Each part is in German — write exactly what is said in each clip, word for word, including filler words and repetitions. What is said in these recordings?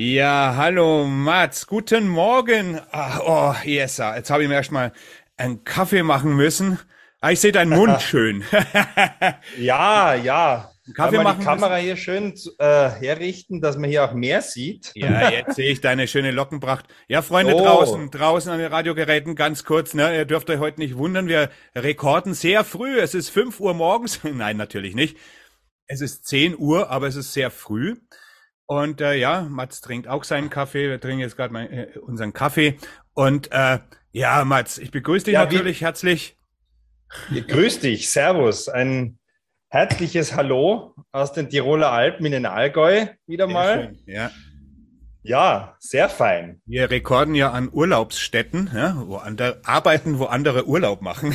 Ja, hallo Mats, guten Morgen. Ah, oh, yes, ah, jetzt habe ich mir erstmal einen Kaffee machen müssen. Ah, ich sehe deinen Mund schön. Ja, ja. Einen Wollen Kaffee wir die machen Kamera müssen? hier schön äh, herrichten, dass man hier auch mehr sieht? Ja, jetzt sehe ich deine schöne Lockenpracht. Ja, Freunde draußen, So, draußen an den Radiogeräten, ganz kurz, ne, ihr dürft euch heute nicht wundern, wir rekorden sehr früh. Es ist fünf Uhr morgens. Nein, natürlich nicht. Es ist zehn Uhr, aber es ist sehr früh. Und äh, ja, Mats trinkt auch seinen Kaffee. Wir trinken jetzt gerade mal äh, unseren Kaffee. Und äh, ja, Mats, ich begrüße dich ja, wie, natürlich herzlich. grüß dich, Servus. Ein herzliches Hallo aus den Tiroler Alpen in den Allgäu wieder Sehr mal. schön. Ja, Ja, sehr fein. wir rekorden ja an Urlaubsstätten, ja, wo andere arbeiten, wo andere Urlaub machen.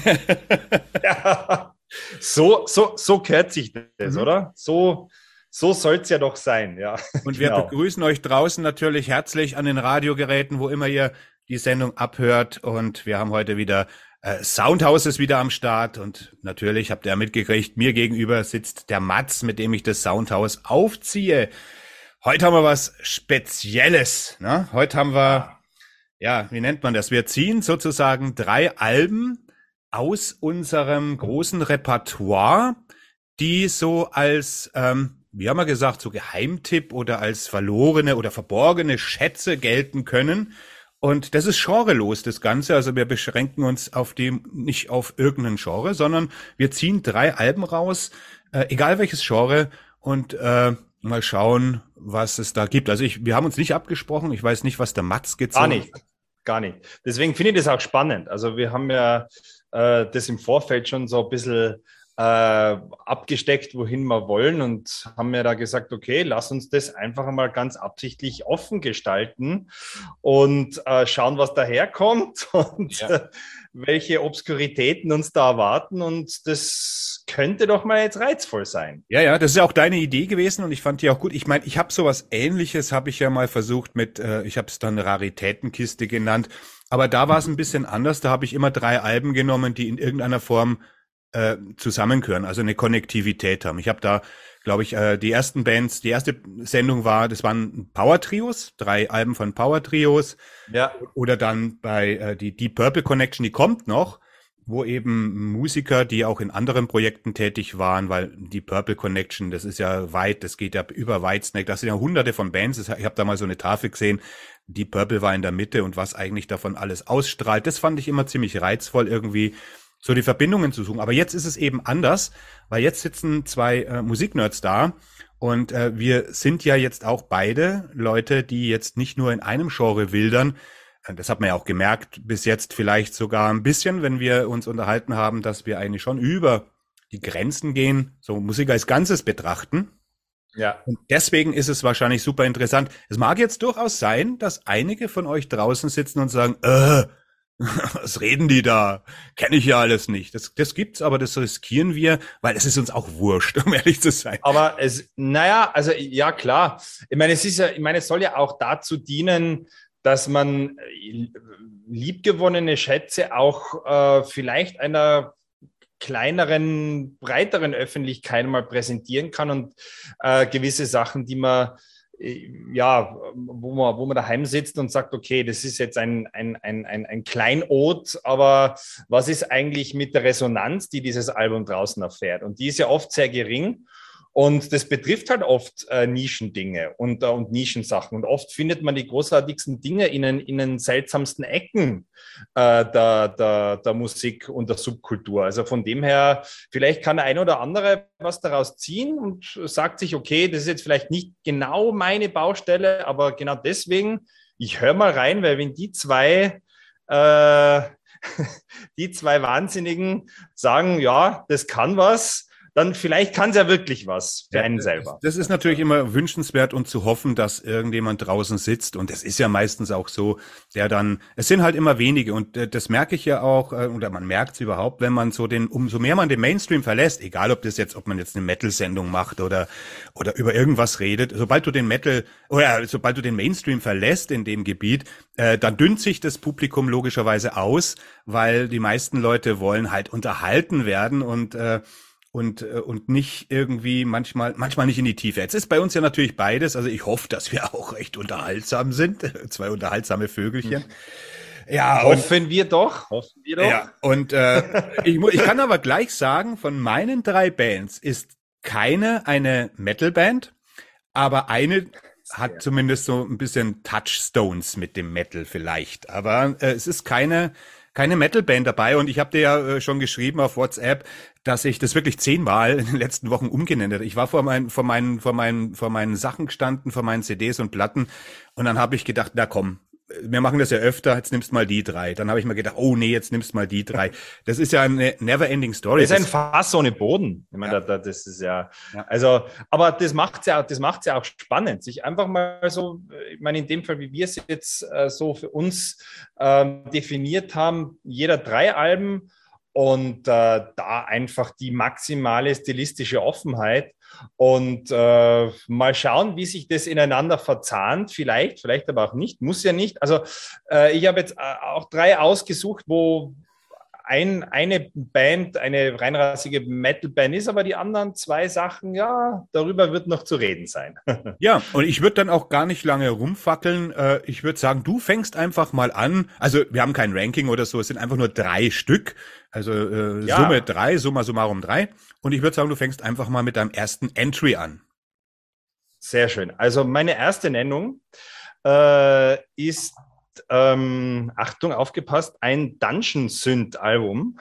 Ja, so, so, so gehört sich das, Mhm. oder? So, so soll es ja doch sein, ja, Und wir genau. begrüßen euch draußen natürlich herzlich an den Radiogeräten, wo immer ihr die Sendung abhört. Und wir haben heute wieder äh, Soundhouse ist wieder am Start. Und natürlich habt ihr ja mitgekriegt, mir gegenüber sitzt der Mats, mit dem ich das Soundhouse aufziehe. Heute haben wir was Spezielles. Ne? Heute haben wir, Ah, ja, wie nennt man das? Wir ziehen sozusagen drei Alben aus unserem großen Repertoire, die so als, ähm, wie haben wir gesagt, so Geheimtipp oder als verlorene oder verborgene Schätze gelten können. Und das ist genrelos, das Ganze. Also wir beschränken uns auf dem, nicht auf irgendein Genre, sondern wir ziehen drei Alben raus, äh, egal welches Genre, und äh, mal schauen, was es da gibt. Also ich, wir haben uns nicht abgesprochen. Ich weiß nicht, was der Mats gar gezogen nicht, hat. gar nicht. Deswegen finde ich das auch spannend. Also wir haben ja äh, das im Vorfeld schon so ein bisschen äh, abgesteckt, wohin wir wollen und haben mir da gesagt, okay, lass uns das einfach mal ganz absichtlich offen gestalten und äh, schauen, was daherkommt und Ja. äh, welche Obskuritäten uns da erwarten. Und das könnte doch mal jetzt reizvoll sein. Ja, ja, das ist ja auch deine Idee gewesen und ich fand die auch gut. Ich meine, ich habe sowas Ähnliches, habe ich ja mal versucht mit, äh, ich habe es dann Raritätenkiste genannt, aber da war es ein bisschen anders. Da habe ich immer drei Alben genommen, die in irgendeiner Form äh, zusammengehören, also eine Konnektivität haben. Ich habe da, glaube ich, äh, die ersten Bands, die erste Sendung war, das waren Power Trios, drei Alben von Power Trios Ja, oder dann bei äh, die Deep Purple Connection, die kommt noch, wo eben Musiker, die auch in anderen Projekten tätig waren, weil die Purple Connection, das ist ja weit, das geht ja über Whitesnake, das sind ja hunderte von Bands, ich habe da mal so eine Tafel gesehen, die Purple war in der Mitte und was eigentlich davon alles ausstrahlt, das fand ich immer ziemlich reizvoll irgendwie, so die Verbindungen zu suchen. Aber jetzt ist es eben anders, weil jetzt sitzen zwei äh, Musiknerds da und äh, wir sind ja jetzt auch beide Leute, die jetzt nicht nur in einem Genre wildern. Äh, Das hat man ja auch gemerkt, bis jetzt vielleicht sogar ein bisschen, wenn wir uns unterhalten haben, dass wir eigentlich schon über die Grenzen gehen, so Musik als Ganzes betrachten. ja. Und deswegen ist es wahrscheinlich super interessant. Es mag jetzt durchaus sein, dass einige von euch draußen sitzen und sagen, äh, was reden die da? Kenne ich ja alles nicht. Das, das gibt's, aber das riskieren wir, weil es ist uns auch wurscht, um ehrlich zu sein. Aber es, naja, also ja, klar. Ich meine, es ist ja, ich meine, es soll ja auch dazu dienen, dass man äh, liebgewonnene Schätze auch äh, vielleicht einer kleineren, breiteren Öffentlichkeit mal präsentieren kann und äh, gewisse Sachen, die man äh, ja, wo man, wo man daheim sitzt und sagt, okay, das ist jetzt ein, ein, ein, ein, ein Kleinod, aber was ist eigentlich mit der Resonanz, die dieses Album draußen erfährt? Und die ist ja oft sehr gering. Und das betrifft halt oft äh, Nischendinge und, äh, und Nischensachen. Und oft findet man die großartigsten Dinge in den, in den seltsamsten Ecken äh, der, der, der Musik und der Subkultur. Also von dem her, vielleicht kann der eine oder andere was daraus ziehen und sagt sich, okay, das ist jetzt vielleicht nicht genau meine Baustelle, aber genau deswegen, ich höre mal rein, weil wenn die zwei äh, die zwei Wahnsinnigen sagen, ja, das kann was, dann vielleicht kann es ja wirklich was für Ja, einen das, selber. das ist natürlich immer wünschenswert und zu hoffen, dass irgendjemand draußen sitzt. Und es ist ja meistens auch so, der dann, es sind halt immer wenige. Und äh, das merke ich ja auch, äh, oder man merkt es überhaupt, wenn man so den, umso mehr man den Mainstream verlässt, egal ob das jetzt, ob man jetzt eine Metal-Sendung macht oder, oder über irgendwas redet, sobald du den Metal, oder sobald du den Mainstream verlässt in dem Gebiet, äh, dann dünnt sich das Publikum logischerweise aus, weil die meisten Leute wollen halt unterhalten werden und, äh, und, äh, und nicht irgendwie manchmal, manchmal nicht in die Tiefe. Jetzt ist bei uns ja natürlich beides. Also ich hoffe, dass wir auch recht unterhaltsam sind. Zwei unterhaltsame Vögelchen. Ja, und, Hoffen wir doch, hoffen wir doch. ja, und äh, ich, mu- ich kann aber gleich sagen, von meinen drei Bands ist keine eine Metal-Band, aber eine hat zumindest so ein bisschen Touchstones mit dem Metal vielleicht. Aber äh, es ist keine keine Metal-Band dabei und ich habe dir ja äh, schon geschrieben auf WhatsApp, dass ich das wirklich zehnmal in den letzten Wochen umgenannt habe. Ich war vor meinen vor meinen vor meinen vor meinen Sachen gestanden, vor meinen C Ds und Platten und dann habe ich gedacht, na komm, wir machen das ja öfter, jetzt nimmst mal die drei. Dann habe ich mir gedacht, oh nee, jetzt nimmst mal die drei. Das ist ja eine never-ending Story. Das ist ein Das, Fass ohne Boden. Ich meine, ja, da, da, das ist ja, ja. also, aber das macht's ja, das macht's ja auch spannend, sich einfach mal so, ich meine, in dem Fall, wie wir es jetzt äh, so für uns ähm, definiert haben, jeder drei Alben und äh, da einfach die maximale stilistische Offenheit und äh, mal schauen, wie sich das ineinander verzahnt, vielleicht, vielleicht aber auch nicht, muss ja nicht. Also äh, ich habe jetzt äh, auch drei ausgesucht, wo ein, eine Band, eine reinrassige Metal-Band ist, aber die anderen zwei Sachen, ja, darüber wird noch zu reden sein. Ja, und ich würde dann auch gar nicht lange rumfackeln. Äh, ich würde sagen, du fängst einfach mal an. Also wir haben kein Ranking oder so, es sind einfach nur drei Stück. Also äh, Ja. Summe drei, summa summarum drei. Und ich würde sagen, du fängst einfach mal mit deinem ersten Entry an. Sehr schön. Also meine erste Nennung äh, ist, ähm, Achtung, aufgepasst, ein Dungeon Synth-Album.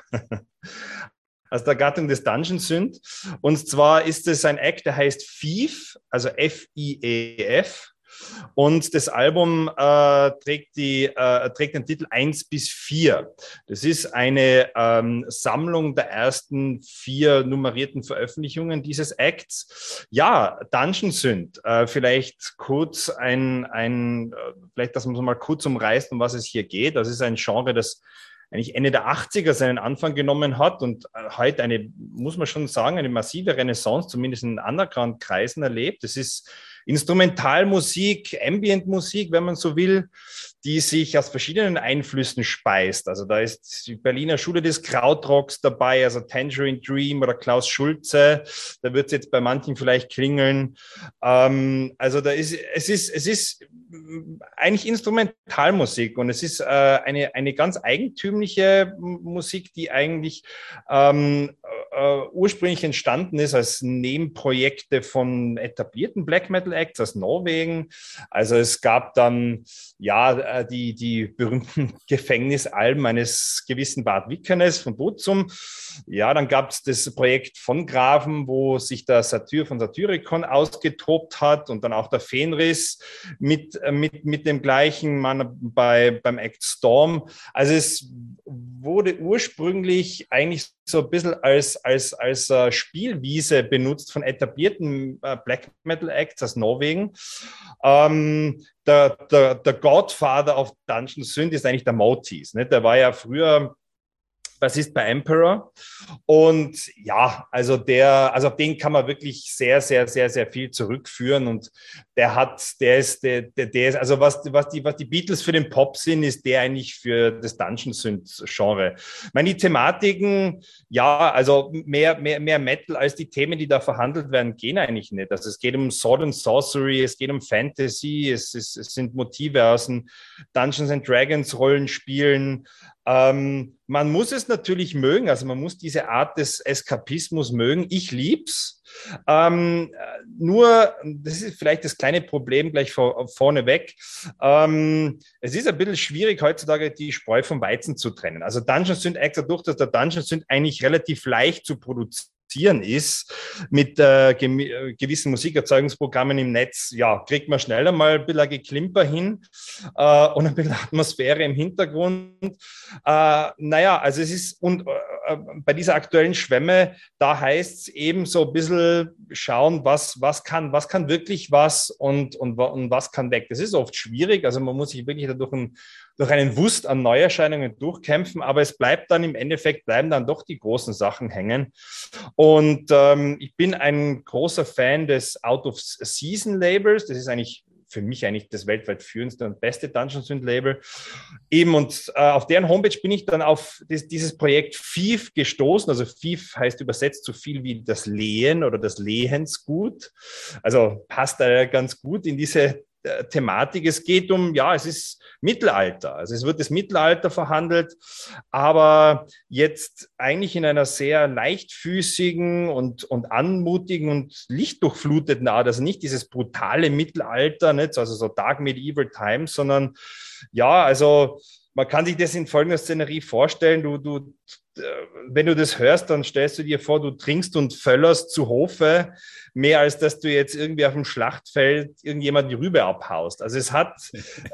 Aus der Gattung des Dungeon Synth. Und zwar ist es ein Act, der heißt Fief, also F I E F. Und das Album äh, trägt, die, äh, trägt den Titel eins bis vier. Das ist eine ähm, Sammlung der ersten vier nummerierten Veröffentlichungen dieses Acts. Ja, Dungeon Synth. Äh, vielleicht kurz ein, ein äh, vielleicht, dass man so mal kurz umreißt, um was es hier geht. Das ist ein Genre, das eigentlich Ende der achtziger seinen Anfang genommen hat und heute eine, muss man schon sagen, eine massive Renaissance, zumindest in Underground-Kreisen erlebt. Das ist Instrumentalmusik, Ambient-Musik, wenn man so will, die sich aus verschiedenen Einflüssen speist. Also da ist die Berliner Schule des Krautrocks dabei, also Tangerine Dream oder Klaus Schulze. Da wird es jetzt bei manchen vielleicht klingeln. Ähm, also da ist, es ist, es ist eigentlich Instrumentalmusik und es ist äh, eine, eine ganz eigentümliche Musik, die eigentlich ähm, äh, ursprünglich entstanden ist als Nebenprojekte von etablierten Black Metal Acts aus Norwegen. Also es gab dann ja die, die berühmten Gefängnisalben eines gewissen Bart Vikernes von Butzum. Ja, dann gab es das Projekt von Grafen, wo sich der Satyr von Satyricon ausgetobt hat und dann auch der Fenris mit, mit, mit dem gleichen Mann bei, beim Act Storm. Also es wurde ursprünglich eigentlich so ein bisschen als, als, als uh, Spielwiese benutzt von etablierten uh, Black Metal Acts aus Norwegen. Ähm, der, der, der Godfather of Dungeon Synth ist eigentlich der Motis. Ne? Der war ja früher Bassist bei Emperor. Und ja, also der, also auf den kann man wirklich sehr, sehr, sehr, sehr viel zurückführen. Und der hat, der ist, der, der, der ist, also was, was die, was die Beatles für den Pop sind, ist der eigentlich für das Dungeon Synth-Genre. Ich meine, die Thematiken, ja, also mehr, mehr, mehr Metal als die Themen, die da verhandelt werden, gehen eigentlich nicht. Also es geht um Sword and Sorcery, es geht um Fantasy, es, ist, es sind Motive aus den Dungeons and Dragons Rollenspielen. Ähm, man muss es natürlich mögen, also man muss diese Art des Eskapismus mögen. Ich lieb's. Ähm, nur, das ist vielleicht das kleine Problem gleich vor, vorneweg. Ähm, es ist ein bisschen schwierig heutzutage die Spreu vom Weizen zu trennen. Also Dungeon Synth Acts, dadurch, dass der Dungeon Synth eigentlich relativ leicht zu produzieren ist mit äh, ge- gewissen Musikerzeugungsprogrammen im Netz, ja, kriegt man schneller mal ein bisschen Geklimper hin äh, und ein bisschen Atmosphäre im Hintergrund. Äh, naja, also es ist, und äh, bei dieser aktuellen Schwemme, da heißt es eben so ein bisschen schauen, was, was, kann, was kann wirklich was und, und, und was kann weg. Das ist oft schwierig, also man muss sich wirklich dadurch ein durch einen Wust an Neuerscheinungen durchkämpfen, aber es bleibt dann im Endeffekt, bleiben dann doch die großen Sachen hängen. Und ähm, ich bin ein großer Fan des Out-of-Season-Labels. Das ist eigentlich für mich eigentlich das weltweit führendste und beste Dungeon Synth Label. Eben, und äh, auf deren Homepage bin ich dann auf das, dieses Projekt Fief gestoßen. Also Fief heißt übersetzt so viel wie das Lehen oder das Lehensgut. Also passt da ganz gut in diese äh, Thematik. Es geht um, ja, es ist Mittelalter. Also es wird das Mittelalter verhandelt, aber jetzt eigentlich in einer sehr leichtfüßigen und, und anmutigen und lichtdurchfluteten Art. Also nicht dieses brutale Mittelalter, nicht? Also so Dark Medieval Times, sondern ja, also man kann sich das in folgender Szenerie vorstellen. Du, du, wenn du das hörst, dann stellst du dir vor, du trinkst und völlerst zu Hofe, mehr als dass du jetzt irgendwie auf dem Schlachtfeld irgendjemand die Rübe abhaust. Also es hat,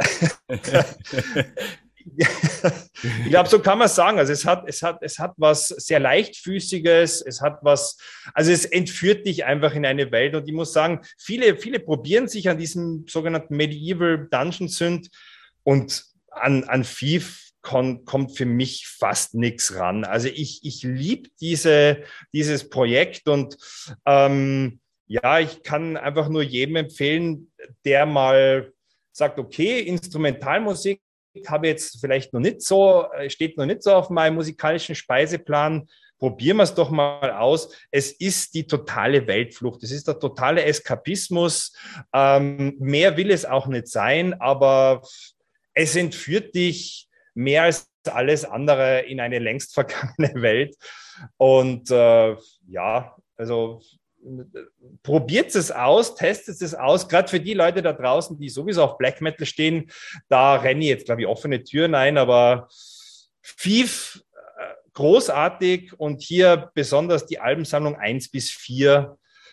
ich glaube, so kann man es sagen. Also es hat, es hat, es hat was sehr leichtfüßiges, es hat was, also es entführt dich einfach in eine Welt. Und ich muss sagen, viele, viele probieren sich an diesem sogenannten Medieval Dungeon Synth und an, an Fief kommt für mich fast nichts ran. Also ich, ich liebe diese, dieses Projekt und ähm, ja, ich kann einfach nur jedem empfehlen, der mal sagt, okay, Instrumentalmusik habe jetzt vielleicht noch nicht so, steht noch nicht so auf meinem musikalischen Speiseplan. Probieren wir es doch mal aus. Es ist die totale Weltflucht. Es ist der totale Eskapismus. Ähm, mehr will es auch nicht sein, aber es entführt dich mehr als alles andere in eine längst vergangene Welt. Und äh, ja, also probiert es aus, testet es aus. Gerade für die Leute da draußen, die sowieso auf Black Metal stehen, da renne ich jetzt, glaube ich, offene Türen ein, aber Fief, großartig und hier besonders die Albensammlung eins bis vier.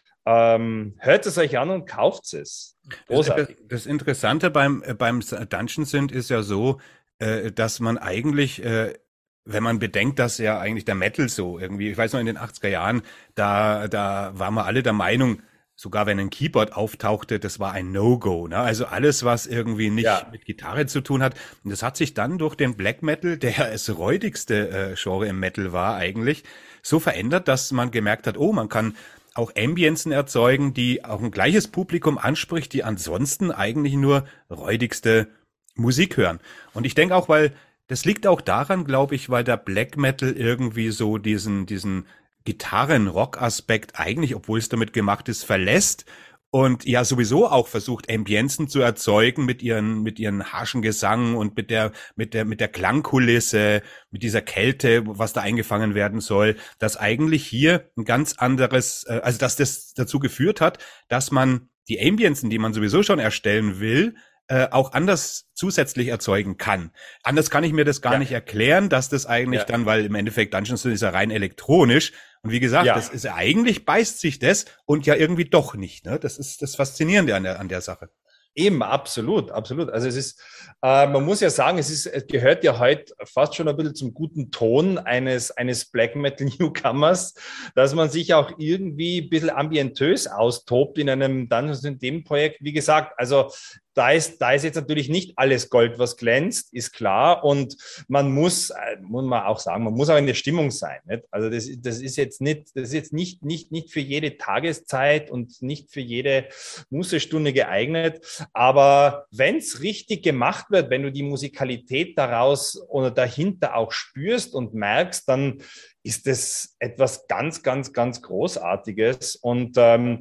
Ähm, hört es euch an und kauft es. Großartig. Das, das Interessante beim, beim Dungeon Synth ist ja so, äh, dass man eigentlich, äh, wenn man bedenkt, dass ja eigentlich der Metal so irgendwie, ich weiß noch in den achtziger Jahren, da, da waren wir alle der Meinung, sogar wenn ein Keyboard auftauchte, das war ein No-Go, ne? Also alles, was irgendwie nicht ja. mit Gitarre zu tun hat. Und das hat sich dann durch den Black Metal, der das räudigste äh, Genre im Metal war eigentlich, so verändert, dass man gemerkt hat, oh, man kann auch Ambienzen erzeugen, die auch ein gleiches Publikum anspricht, die ansonsten eigentlich nur räudigste Musik hören. Und ich denke auch, weil das liegt auch daran, glaube ich, weil der Black Metal irgendwie so diesen diesen Gitarren-Rock-Aspekt eigentlich, obwohl es damit gemacht ist, verlässt und ja sowieso auch versucht, Ambienzen zu erzeugen mit ihren mit ihren harschen Gesang und mit der mit der mit der Klangkulisse, mit dieser Kälte, was da eingefangen werden soll, dass eigentlich hier ein ganz anderes, also dass das dazu geführt hat, dass man die Ambienzen, die man sowieso schon erstellen will, äh, auch anders zusätzlich erzeugen kann. Anders kann ich mir das gar ja. nicht erklären, dass das eigentlich ja. dann, weil im Endeffekt Dungeon Synth ist ja rein elektronisch. Und wie gesagt, ja. das ist eigentlich beißt sich das und ja irgendwie doch nicht. Ne? Das ist das Faszinierende an der, an der Sache. Eben, absolut, absolut. Also es ist, äh, man muss ja sagen, es ist, es gehört ja heute fast schon ein bisschen zum guten Ton eines, eines Black Metal Newcomers, dass man sich auch irgendwie ein bisschen ambientös austobt in einem Dungeons and Dragons Projekt. Wie gesagt, also da ist, da ist jetzt natürlich nicht alles Gold, was glänzt, ist klar. Und man muss, muss man auch sagen, man muss auch in der Stimmung sein. Nicht? Also das, das ist jetzt nicht, das ist jetzt nicht, nicht, nicht für jede Tageszeit und nicht für jede Mußestunde geeignet. Aber wenn es richtig gemacht wird, wenn du die Musikalität daraus oder dahinter auch spürst und merkst, dann ist das etwas ganz, ganz, ganz Großartiges. Und ähm,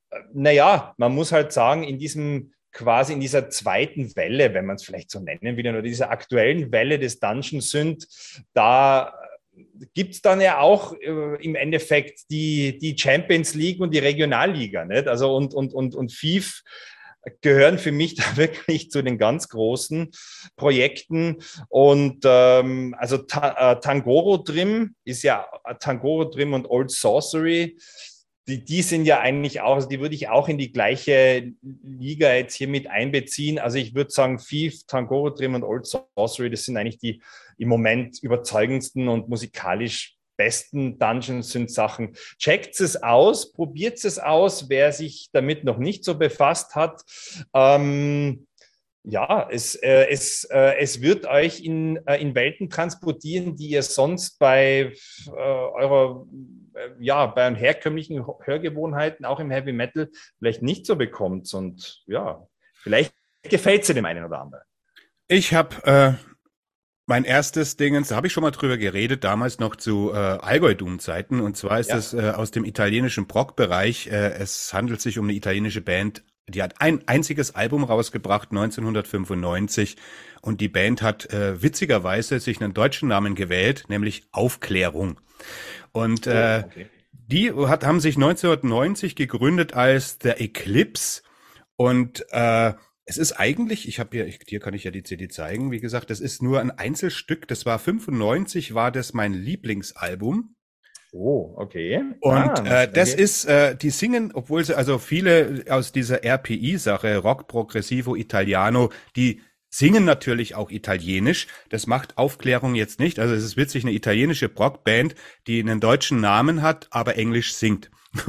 naja, man muss halt sagen, in diesem quasi in dieser zweiten Welle, wenn man es vielleicht so nennen will, oder dieser aktuellen Welle des Dungeon Synth, da gibt es dann ja auch äh, im Endeffekt die, die Champions League und die Regionalliga, nicht? Also und, und, und, und Fief gehören für mich da wirklich zu den ganz großen Projekten. Und ähm, also Ta- äh, Tangoro Trim ist ja Tangoro Trim und Old Sorcery. Die, die sind ja eigentlich auch, also die würde ich auch in die gleiche Liga jetzt hier mit einbeziehen. Also ich würde sagen, Fief, Tangoro Trim und Old Sorcery, das sind eigentlich die im Moment überzeugendsten und musikalisch besten Dungeon-Synth-Sachen. Checkt es aus, probiert es aus, wer sich damit noch nicht so befasst hat. Ähm, ja, es, äh, es, äh, es wird euch in, äh, in Welten transportieren, die ihr sonst bei äh, eurer, äh, ja, bei herkömmlichen Hörgewohnheiten, auch im Heavy Metal, vielleicht nicht so bekommt. Und ja, Vielleicht gefällt sie dem einen oder anderen. Ich habe äh, mein erstes Dingens, da habe ich schon mal drüber geredet, damals noch zu äh, Allgäu-Doom-Zeiten. Und zwar ist Ja. es äh, aus dem italienischen Prog-Bereich. Äh, es handelt sich um eine italienische Band, die hat ein einziges Album rausgebracht, neunzehnhundertfünfundneunzig. Und die Band hat äh, witzigerweise sich einen deutschen Namen gewählt, nämlich Aufklärung. Und äh, Oh, okay. die hat, haben sich neunzehnhundertneunzig gegründet als The Eclipse. Und äh, es ist eigentlich, ich habe hier, ich, hier kann ich ja die C D zeigen, wie gesagt, das ist nur ein Einzelstück. Das war fünfundneunzig, war das mein Lieblingsalbum. Oh, okay. Und Ah, äh, das okay. ist, äh, die singen, obwohl sie, also viele aus dieser R P I-Sache, Rock Progressivo Italiano, die singen natürlich auch Italienisch. Das macht Aufklärung jetzt nicht. Also es ist witzig, eine italienische Prog-Band, die einen deutschen Namen hat, aber Englisch singt.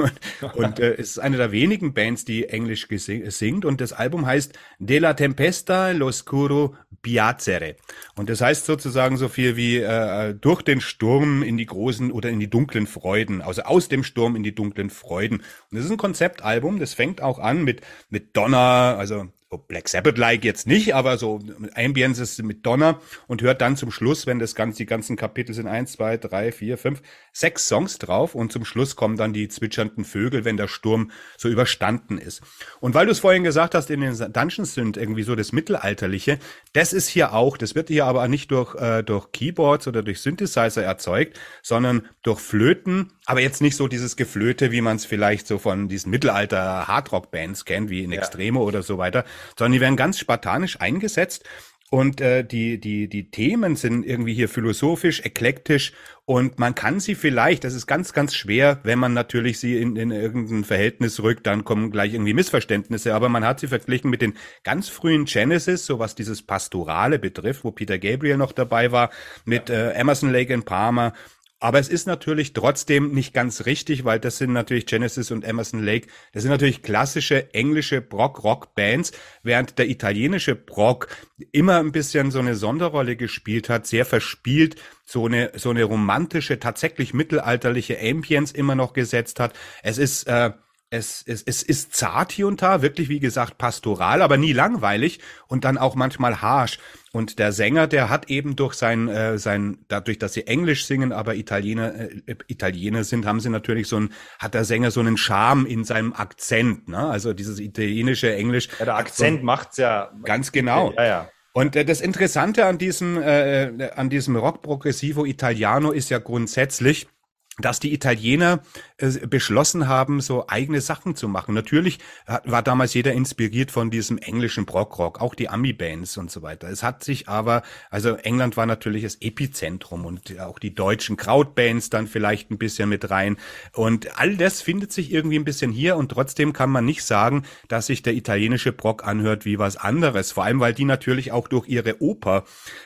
Und äh, es ist eine der wenigen Bands, die Englisch gesing- singt. Und das Album heißt Della Tempesta l'oscuro piacere. Und das heißt sozusagen so viel wie äh, durch den Sturm in die großen oder in die dunklen Freuden. Also aus dem Sturm in die dunklen Freuden. Und das ist ein Konzeptalbum. Das fängt auch an mit mit Donner, also so Black Sabbath-like jetzt nicht, aber so Ambience ist mit Donner und hört dann zum Schluss, wenn das ganze, die ganzen Kapitel sind eins, zwei, drei, vier, fünf, sechs Songs drauf und zum Schluss kommen dann die zwitschernden Vögel, wenn der Sturm so überstanden ist. Und weil du es vorhin gesagt hast, in den Dungeons sind irgendwie so das Mittelalterliche, das ist hier auch, das wird hier aber nicht durch, äh, durch Keyboards oder durch Synthesizer erzeugt, sondern durch Flöten, aber jetzt nicht so dieses Geflöte, wie man es vielleicht so von diesen Mittelalter-Hardrock-Bands kennt, wie in Ja. Extremo oder so weiter, sondern die werden ganz spartanisch eingesetzt und äh, die die die Themen sind irgendwie hier philosophisch, eklektisch und man kann sie vielleicht, das ist ganz ganz schwer, wenn man natürlich sie in, in irgendein Verhältnis rückt, dann kommen gleich irgendwie Missverständnisse, aber man hat sie verglichen mit den ganz frühen Genesis, so was dieses Pastorale betrifft, wo Peter Gabriel noch dabei war, mit äh, Emerson, Lake and Palmer. Aber es ist natürlich trotzdem nicht ganz richtig, weil das sind natürlich Genesis und Emerson Lake, das sind natürlich klassische englische Prog-Rock-Bands, während der italienische Prog immer ein bisschen so eine Sonderrolle gespielt hat, sehr verspielt, so eine so eine romantische, tatsächlich mittelalterliche Ambience immer noch gesetzt hat. Es ist äh, Es, es, es ist zart hier und da, wirklich wie gesagt pastoral, aber nie langweilig und dann auch manchmal harsch. Und der Sänger, der hat eben durch sein, äh, sein, dadurch, dass sie Englisch singen, aber Italiener, äh, Italiener sind, haben sie natürlich so ein, hat der Sänger so einen Charme in seinem Akzent, ne? Also dieses italienische Englisch. Ja, der hat so Akzent macht's ja. ganz genau. Ja, ja. Und äh, das Interessante an diesem, äh, an diesem Rock Progressivo Italiano ist ja grundsätzlich, dass die Italiener äh, beschlossen haben, so eigene Sachen zu machen. Natürlich hat, war damals jeder inspiriert von diesem englischen Prog-Rock, auch die Ami-Bands und so weiter. Es hat sich aber, also England war natürlich das Epizentrum und auch die deutschen Krautbands dann vielleicht ein bisschen mit rein. Und all das findet sich irgendwie ein bisschen hier und trotzdem kann man nicht sagen, dass sich der italienische Prog anhört wie was anderes. Vor allem, weil die natürlich auch durch ihre Oper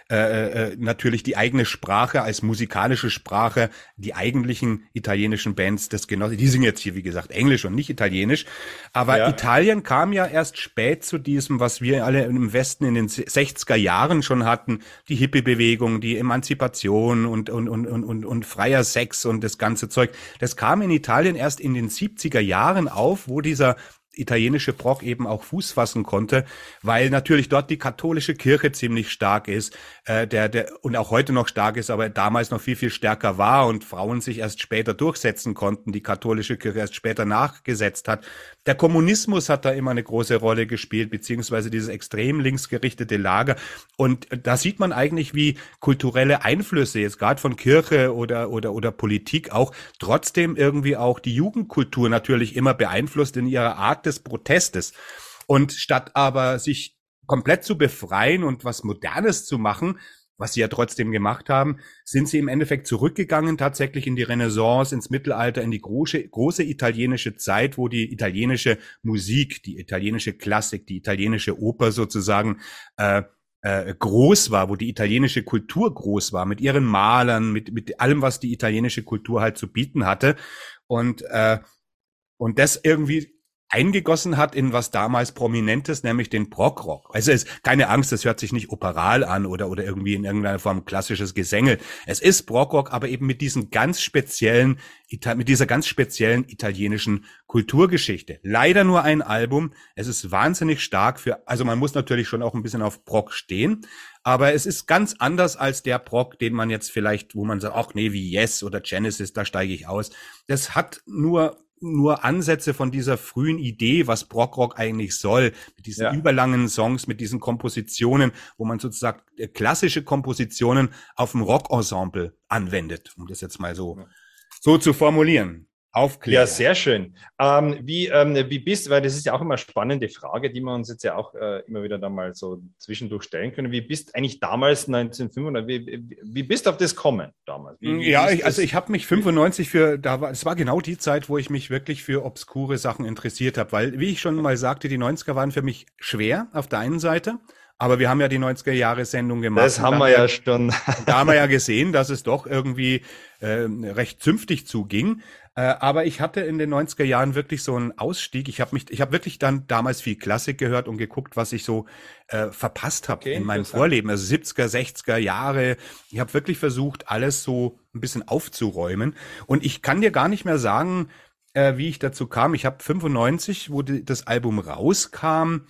äh, äh, natürlich die eigene Sprache als musikalische Sprache, die eigentlichen italienischen Bands, das genau, die singen jetzt hier, wie gesagt, Englisch und nicht Italienisch, aber Ja. Italien kam ja erst spät zu diesem, was wir alle im Westen in den sechziger Jahren schon hatten, die Hippie-Bewegung, die Emanzipation und, und, und, und, und, und freier Sex und das ganze Zeug, das kam in Italien erst in den siebziger Jahren auf, wo dieser italienische Prog eben auch Fuß fassen konnte, weil natürlich dort die katholische Kirche ziemlich stark ist, äh, der der und auch heute noch stark ist, aber damals noch viel viel stärker war und Frauen sich erst später durchsetzen konnten, die katholische Kirche erst später nachgesetzt hat. Der Kommunismus hat da immer eine große Rolle gespielt, beziehungsweise dieses extrem linksgerichtete Lager. Und da sieht man eigentlich, wie kulturelle Einflüsse jetzt gerade von Kirche oder oder oder Politik auch trotzdem irgendwie auch die Jugendkultur natürlich immer beeinflusst in ihrer Art des Protestes. Und statt aber sich komplett zu befreien und was Modernes zu machen, was sie ja trotzdem gemacht haben, sind sie im Endeffekt zurückgegangen tatsächlich in die Renaissance, ins Mittelalter, in die große, große italienische Zeit, wo die italienische Musik, die italienische Klassik, die italienische Oper sozusagen äh, äh, groß war, wo die italienische Kultur groß war, mit ihren Malern, mit, mit allem, was die italienische Kultur halt zu bieten hatte. Und, äh, und das irgendwie eingegossen hat in was damals Prominentes, nämlich den Prog-Rock. Also es ist keine Angst, das hört sich nicht operal an oder oder irgendwie in irgendeiner Form klassisches Gesengel. Es ist Prog-Rock, aber eben mit diesen ganz speziellen, mit dieser ganz speziellen italienischen Kulturgeschichte. Leider nur ein Album. Es ist wahnsinnig stark für, also man muss natürlich schon auch ein bisschen auf Prog stehen, aber es ist ganz anders als der Prog, den man jetzt vielleicht, wo man sagt, ach nee, wie Yes oder Genesis, da steige ich aus. Das hat nur nur Ansätze von dieser frühen Idee, was Prog-Rock eigentlich soll, mit diesen ja. überlangen Songs, mit diesen Kompositionen, wo man sozusagen klassische Kompositionen auf ein Rock-Ensemble anwendet, um das jetzt mal so, ja. so zu formulieren. Aufklären. Ja, sehr schön. Ähm, wie, ähm, wie bist, weil das ist ja auch immer eine spannende Frage, die wir uns jetzt ja auch äh, immer wieder da mal so zwischendurch stellen können. Wie bist eigentlich damals neunzehnhundertfünfundneunzig, wie, wie bist du auf das gekommen damals? Wie, wie ja, ich, also ich habe mich fünfundneunzig für, da war, es war genau die Zeit, wo ich mich wirklich für obskure Sachen interessiert habe, weil, wie ich schon mal sagte, die neunziger waren für mich schwer auf der einen Seite. Aber wir haben ja die neunziger-Jahre-Sendung gemacht. Das haben wir ja schon. Da haben wir ja gesehen, dass es doch irgendwie äh, recht zünftig zuging. Äh, aber ich hatte in den neunziger Jahren wirklich so einen Ausstieg. Ich habe mich, ich habe wirklich dann damals viel Klassik gehört und geguckt, was ich so äh, verpasst habe okay, in meinem Vorleben. Also siebziger, sechziger Jahre. Ich habe wirklich versucht, alles so ein bisschen aufzuräumen. Und ich kann dir gar nicht mehr sagen, äh, wie ich dazu kam. Ich habe fünfundneunzig, wo die, das Album rauskam,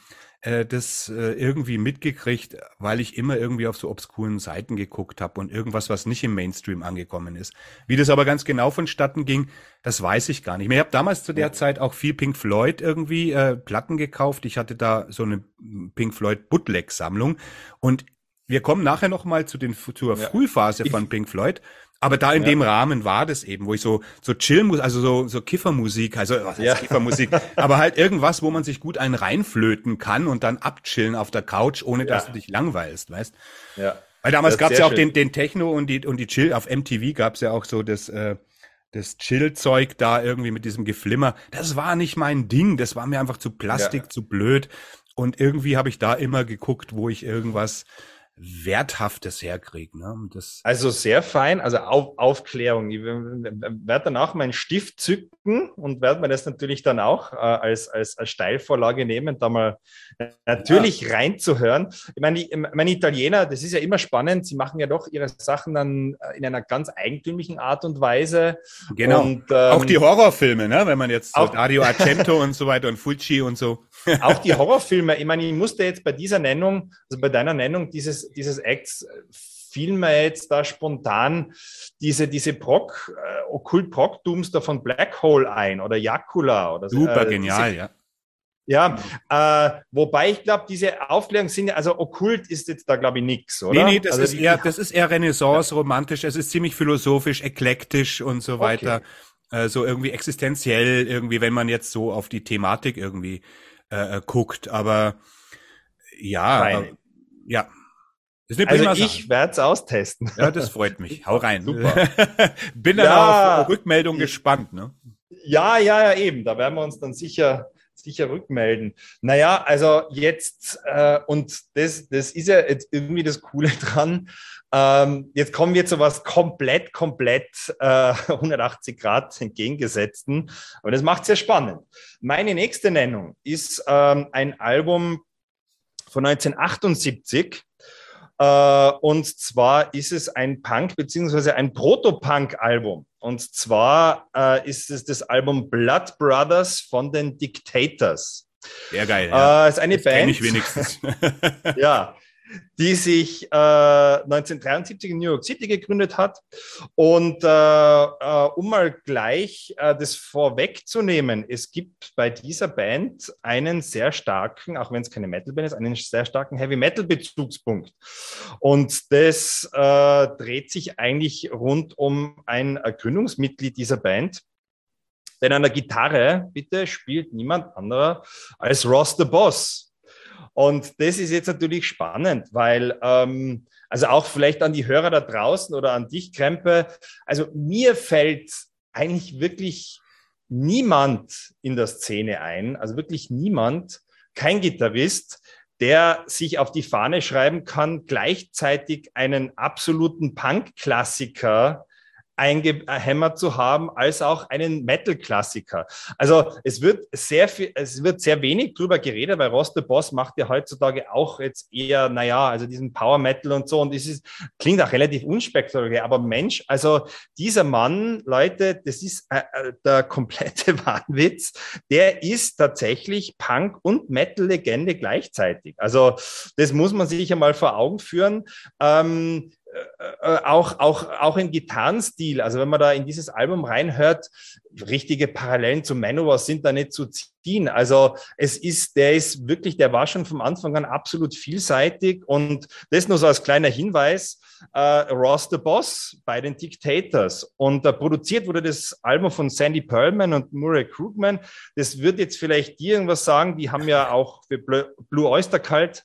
das irgendwie mitgekriegt, weil ich immer irgendwie auf so obskuren Seiten geguckt habe und irgendwas, was nicht im Mainstream angekommen ist. Wie das aber ganz genau vonstatten ging, das weiß ich gar nicht mehr. Ich habe damals zu der Zeit auch viel Pink Floyd irgendwie äh, Platten gekauft. Ich hatte da so eine Pink Floyd Bootleg-Sammlung und wir kommen nachher noch mal zu den zur ja. Frühphase von ich, Pink Floyd. Aber da in ja. dem Rahmen war das eben, wo ich so so Chill, also so so Kiffermusik, also was heißt ja. Kiffermusik, aber halt irgendwas, wo man sich gut einen reinflöten kann und dann abchillen auf der Couch, ohne ja. dass du dich langweilst, weißt? Ja. Weil damals gab's ja auch den den Techno und die und die Chill auf M T V gab's ja auch so das äh, das Chill-Zeug da irgendwie mit diesem Geflimmer. Das war nicht mein Ding, das war mir einfach zu Plastik, ja. zu blöd und irgendwie habe ich da immer geguckt, wo ich irgendwas Werthaftes herkriegen. Ne? Das also sehr fein, also auf, Aufklärung. Ich werde danach meinen Stift zücken und werde mir das natürlich dann auch äh, als, als, als Steilvorlage nehmen, da mal natürlich ja. reinzuhören. Ich meine, die, meine Italiener, das ist ja immer spannend, sie machen ja doch ihre Sachen dann in einer ganz eigentümlichen Art und Weise. Genau, und, ähm, auch die Horrorfilme, ne? Wenn man jetzt so Dario Argento und so weiter und Fulci und so. Auch die Horrorfilme, ich meine, ich musste jetzt bei dieser Nennung, also bei deiner Nennung dieses, dieses Acts, fiel mir jetzt da spontan diese, diese Prog, äh, Okkult-Prog-Dooms da von Black Hole ein oder Yakula oder so. Super äh, genial, diese, ja. Ja, äh, wobei ich glaube, diese Aufklärung sind ja, also okkult ist jetzt da, glaube ich, nichts, oder? Nee, nee, das, also ist, die, eher, das ist eher Renaissance, ja. romantisch, es ist ziemlich philosophisch, eklektisch und so weiter. Okay. Äh, so irgendwie existenziell, irgendwie, wenn man jetzt so auf die Thematik irgendwie äh, guckt, aber ja, äh, ja. Das ist eine also ich werde es austesten. Ja, das freut mich. Hau rein. Super. Bin dann ja, auf Rückmeldung gespannt. Ne? Ja, ja, ja, eben. Da werden wir uns dann sicher, sicher rückmelden. Naja, also jetzt, äh, und das, das ist ja jetzt irgendwie das Coole dran, ähm, jetzt kommen wir zu was komplett, komplett äh, hundertachtzig Grad entgegengesetzten. Aber das macht es sehr spannend. Meine nächste Nennung ist ähm, ein Album von neunzehnhundertachtundsiebzig. Uh, und zwar ist es ein Punk- bzw. ein Proto-Punk-Album. Und zwar uh, ist es das Album Blood Brothers von den Dictators. Sehr geil. Ja. Uh, ist eine das Band. Kenn ich wenigstens. Ja, die sich äh, neunzehnhundertdreiundsiebzig in New York City gegründet hat. Und äh, äh, um mal gleich äh, das vorwegzunehmen, es gibt bei dieser Band einen sehr starken, auch wenn es keine Metal-Band ist, einen sehr starken Heavy-Metal-Bezugspunkt. Und das äh, dreht sich eigentlich rund um ein Gründungsmitglied dieser Band. Denn an der Gitarre, bitte, spielt niemand anderer als Ross the Boss. Und das ist jetzt natürlich spannend, weil, ähm, also auch vielleicht an die Hörer da draußen oder an dich, Krempe, also mir fällt eigentlich wirklich niemand in der Szene ein, also wirklich niemand, kein Gitarrist, der sich auf die Fahne schreiben kann, gleichzeitig einen absoluten Punk-Klassiker eingehämmert zu haben, als auch einen Metal-Klassiker. Also es wird sehr viel, es wird sehr wenig drüber geredet, weil Ross the Boss macht ja heutzutage auch jetzt eher, naja, also diesen Power Metal und so, und es ist, klingt auch relativ unspektakulär, aber Mensch, also dieser Mann, Leute, das ist äh, der komplette Wahnwitz, der ist tatsächlich Punk- und Metal-Legende gleichzeitig. Also das muss man sich ja mal vor Augen führen. Ähm, Äh, auch, auch, auch im Gitarrenstil, also wenn man da in dieses Album reinhört, richtige Parallelen zu Manowar sind da nicht zu ziehen. Also es ist, der ist wirklich, der war schon vom Anfang an absolut vielseitig, und das nur so als kleiner Hinweis, äh, Ross the Boss bei den Dictators, und da produziert wurde das Album von Sandy Pearlman und Murray Krugman. Das wird jetzt vielleicht dir irgendwas sagen, die haben ja auch für Blue Oyster Cult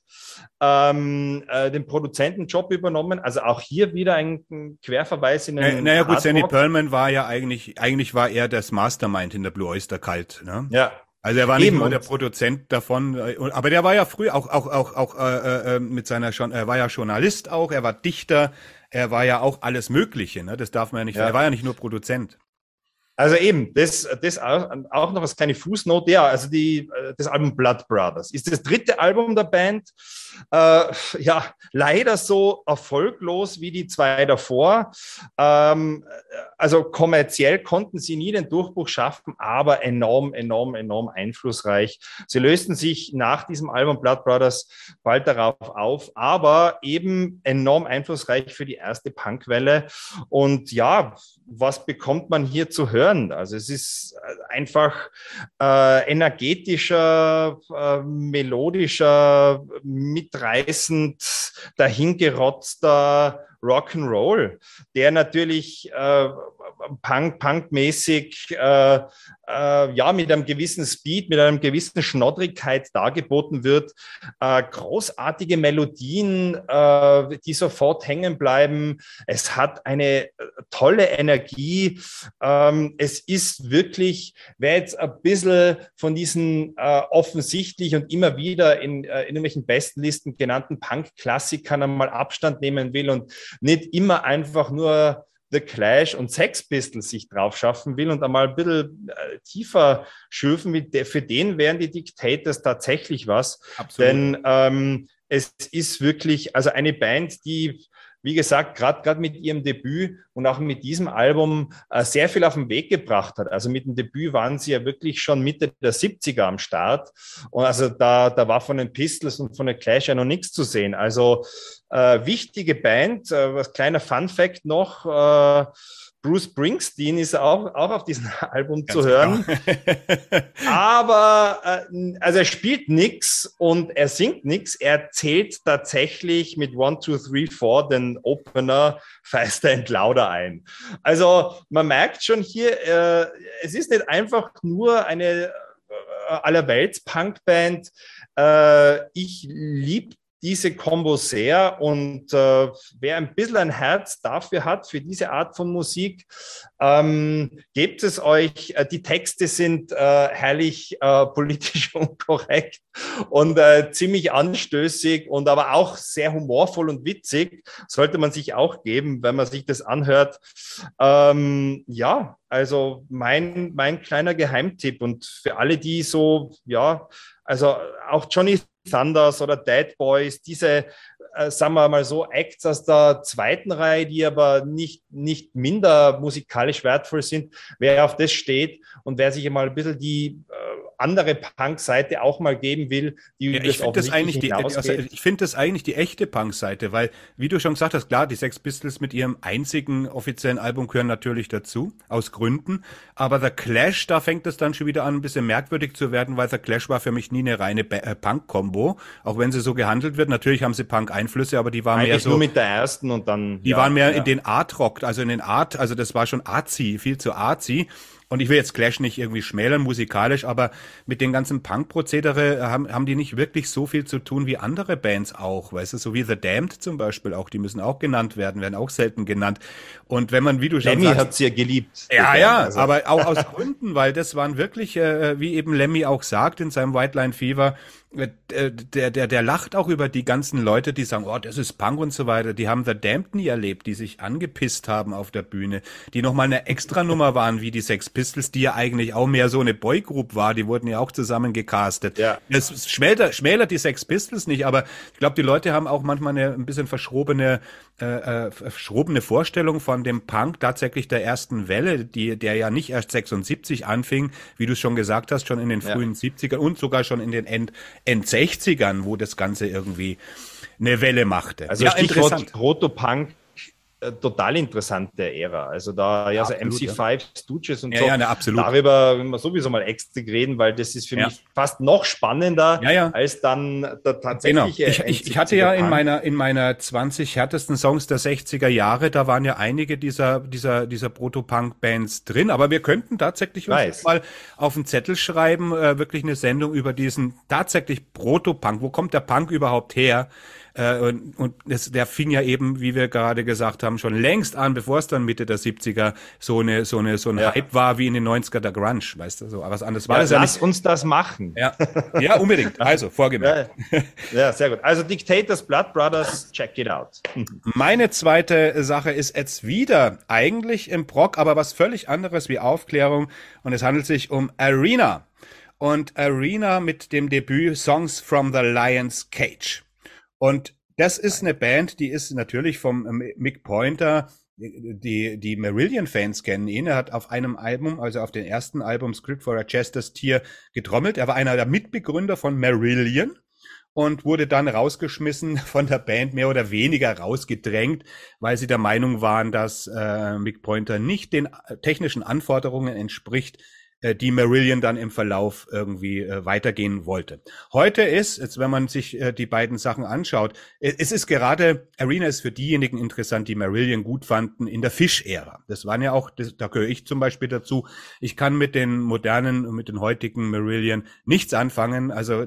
ähm, äh, den Produzentenjob übernommen, also auch hier wieder ein Querverweis in den Naja, gut, Sandy Pearlman war ja eigentlich, eigentlich war er das Mastermind in der Blue Oyster Cult, ne? Ja. Also er war nicht Eben, nur der Produzent davon, aber der war ja früh auch auch auch auch äh, äh, mit seiner schon, er war ja Journalist auch, er war Dichter, er war ja auch alles Mögliche, ne? Das darf man ja nicht, ja. Er war ja nicht nur Produzent. Also eben, das, das auch noch als kleine Fußnote, ja, also die, das Album Blood Brothers ist das dritte Album der Band, äh, ja, leider so erfolglos wie die zwei davor, ähm, also kommerziell konnten sie nie den Durchbruch schaffen, aber enorm, enorm, enorm einflussreich. Sie lösten sich nach diesem Album Blood Brothers bald darauf auf, aber eben enorm einflussreich für die erste Punkwelle, und ja, was bekommt man hier zu hören? Also es ist einfach äh, energetischer, äh, melodischer, mitreißend, dahingerotzter Rock'n'Roll, der natürlich äh, Punk, Punk-mäßig äh, äh, ja, mit einem gewissen Speed, mit einem gewissen Schnoddrigkeit dargeboten wird. Äh, großartige Melodien, äh, die sofort hängen bleiben. Es hat eine tolle Energie. Ähm, es ist wirklich, wer jetzt ein bisschen von diesen äh, offensichtlich und immer wieder in, äh, in irgendwelchen Bestenlisten genannten Punk-Klassikern einmal Abstand nehmen will und nicht immer einfach nur The Clash und Sex Pistols sich drauf schaffen will und einmal ein bisschen äh, tiefer schürfen will, der, für den wären die Dictators tatsächlich was. Absolut. Denn ähm, es ist wirklich, also eine Band, die, wie gesagt, gerade gerade mit ihrem Debüt und auch mit diesem Album äh, sehr viel auf den Weg gebracht hat. Also mit dem Debüt waren sie ja wirklich schon Mitte der siebziger am Start. Und also da, da war von den Pistols und von den Clash ja noch nichts zu sehen. Also äh, wichtige Band. Äh, was kleiner Fun-Fact noch, äh, Bruce Springsteen ist auch, auch auf diesem Album Ganz zu hören. Aber äh, also er spielt nix und er singt nix. Er zählt tatsächlich mit One, Two, Three, Four den Opener Faster and Louder ein. Also man merkt schon hier, äh, es ist nicht einfach nur eine äh, Allerwelts-Punk-Band. Äh, ich liebe diese Kombo sehr, und äh, wer ein bisschen ein Herz dafür hat, für diese Art von Musik, ähm, gebt es euch. Die Texte sind äh, herrlich äh, politisch unkorrekt und äh, ziemlich anstößig und aber auch sehr humorvoll und witzig. Sollte man sich auch geben, wenn man sich das anhört. Ähm, ja, also mein, mein kleiner Geheimtipp, und für alle, die so, ja, also auch Johnny Thunders oder Dead Boys, diese, äh, sagen wir mal so, Acts aus der zweiten Reihe, die aber nicht, nicht minder musikalisch wertvoll sind. Wer auf das steht und wer sich mal ein bisschen die äh, andere Punk-Seite auch mal geben will, die ja, ich finde das eigentlich die, also ich finde das eigentlich die echte Punk-Seite, weil, wie du schon gesagt hast, klar, die Sex Pistols mit ihrem einzigen offiziellen Album gehören natürlich dazu, aus Gründen, aber The Clash, da fängt es dann schon wieder an, ein bisschen merkwürdig zu werden, weil The Clash war für mich nie eine reine äh, Punk-Kombo, auch wenn sie so gehandelt wird. Natürlich haben sie Punk-Einflüsse, aber die waren eigentlich mehr so... nur mit der ersten und dann... Die ja, waren mehr ja. in den Art-Rock, also in den Art, also das war schon artsy, viel zu artsy. Und ich will jetzt Clash nicht irgendwie schmälern musikalisch, aber mit den ganzen Punk-Prozedere haben, haben die nicht wirklich so viel zu tun wie andere Bands auch, weißt du, so wie The Damned zum Beispiel auch, die müssen auch genannt werden, werden auch selten genannt. Und wenn man, wie du schon Lemmy sagst... hat sie ja geliebt. Ja, ja, also. Aber auch aus Gründen, weil das waren wirklich, äh, wie eben Lemmy auch sagt in seinem White Line Fever, der, der, der lacht auch über die ganzen Leute, die sagen, oh, das ist Punk und so weiter. Die haben The Damned nie erlebt, die sich angepisst haben auf der Bühne, die nochmal eine Extranummer waren wie die Sex Pistols, die ja eigentlich auch mehr so eine Boygroup war. Die wurden ja auch zusammen gecastet. Ja. Das schmälert, schmälert die Sex Pistols nicht, aber ich glaube, die Leute haben auch manchmal eine ein bisschen verschrobene, äh, verschrobene Vorstellung von dem Punk tatsächlich der ersten Welle, die, der ja nicht erst sechsundsiebzig anfing, wie du schon gesagt hast, schon in den frühen ja. siebzigern und sogar schon in den End Endsechzigern, wo das Ganze irgendwie eine Welle machte. Also ja, Stichwort Proto-Punk, äh, total interessante Ära. Also da ja, ja so absolut, M C fünf, ja. Stooges und ja, so. Ja, ne, absolut. Darüber werden wir sowieso mal extra reden, weil das ist für ja. mich fast noch spannender ja, ja. als dann der tatsächliche. Genau. Ich, ich, ich hatte ja Punk. in meiner in meiner zwanzig härtesten Songs der sechziger Jahre, da waren ja einige dieser dieser dieser Proto-Punk-Bands drin, aber wir könnten tatsächlich uns mal auf einen Zettel schreiben, äh, wirklich eine Sendung über diesen tatsächlich Proto-Punk. Wo kommt der Punk überhaupt her? Äh, und und das, der fing ja eben, wie wir gerade gesagt haben, schon längst an, bevor es dann Mitte der siebziger so eine so eine so ein ja. Hype war wie in den neunziger der Grunge, weißt du, so was anderes war ja, das ja lass nicht. uns das machen. Ja, ja, unbedingt. Also vorgemerkt. Ja, ja, sehr gut. Also Dictators, Blood Brothers, check it out. Meine zweite Sache ist jetzt wieder eigentlich im Prog, aber was völlig anderes wie Aufklärung, und es handelt sich um Arena. Und Arena mit dem Debüt Songs from the Lion's Cage. Und das ist eine Band, die ist natürlich vom Mick Pointer, die die Marillion-Fans kennen ihn. Er hat auf einem Album, also auf dem ersten Album Script for a Chester's Tear, getrommelt. Er war einer der Mitbegründer von Marillion und wurde dann rausgeschmissen von der Band, mehr oder weniger rausgedrängt, weil sie der Meinung waren, dass äh, Mick Pointer nicht den technischen Anforderungen entspricht, die Marillion dann im Verlauf irgendwie äh, weitergehen wollte. Heute ist, jetzt wenn man sich äh, die beiden Sachen anschaut, es ist gerade, Arena ist für diejenigen interessant, die Marillion gut fanden in der Fish-Ära. Das waren ja auch, das, da gehöre ich zum Beispiel dazu. Ich kann mit den modernen, mit den heutigen Marillion nichts anfangen, also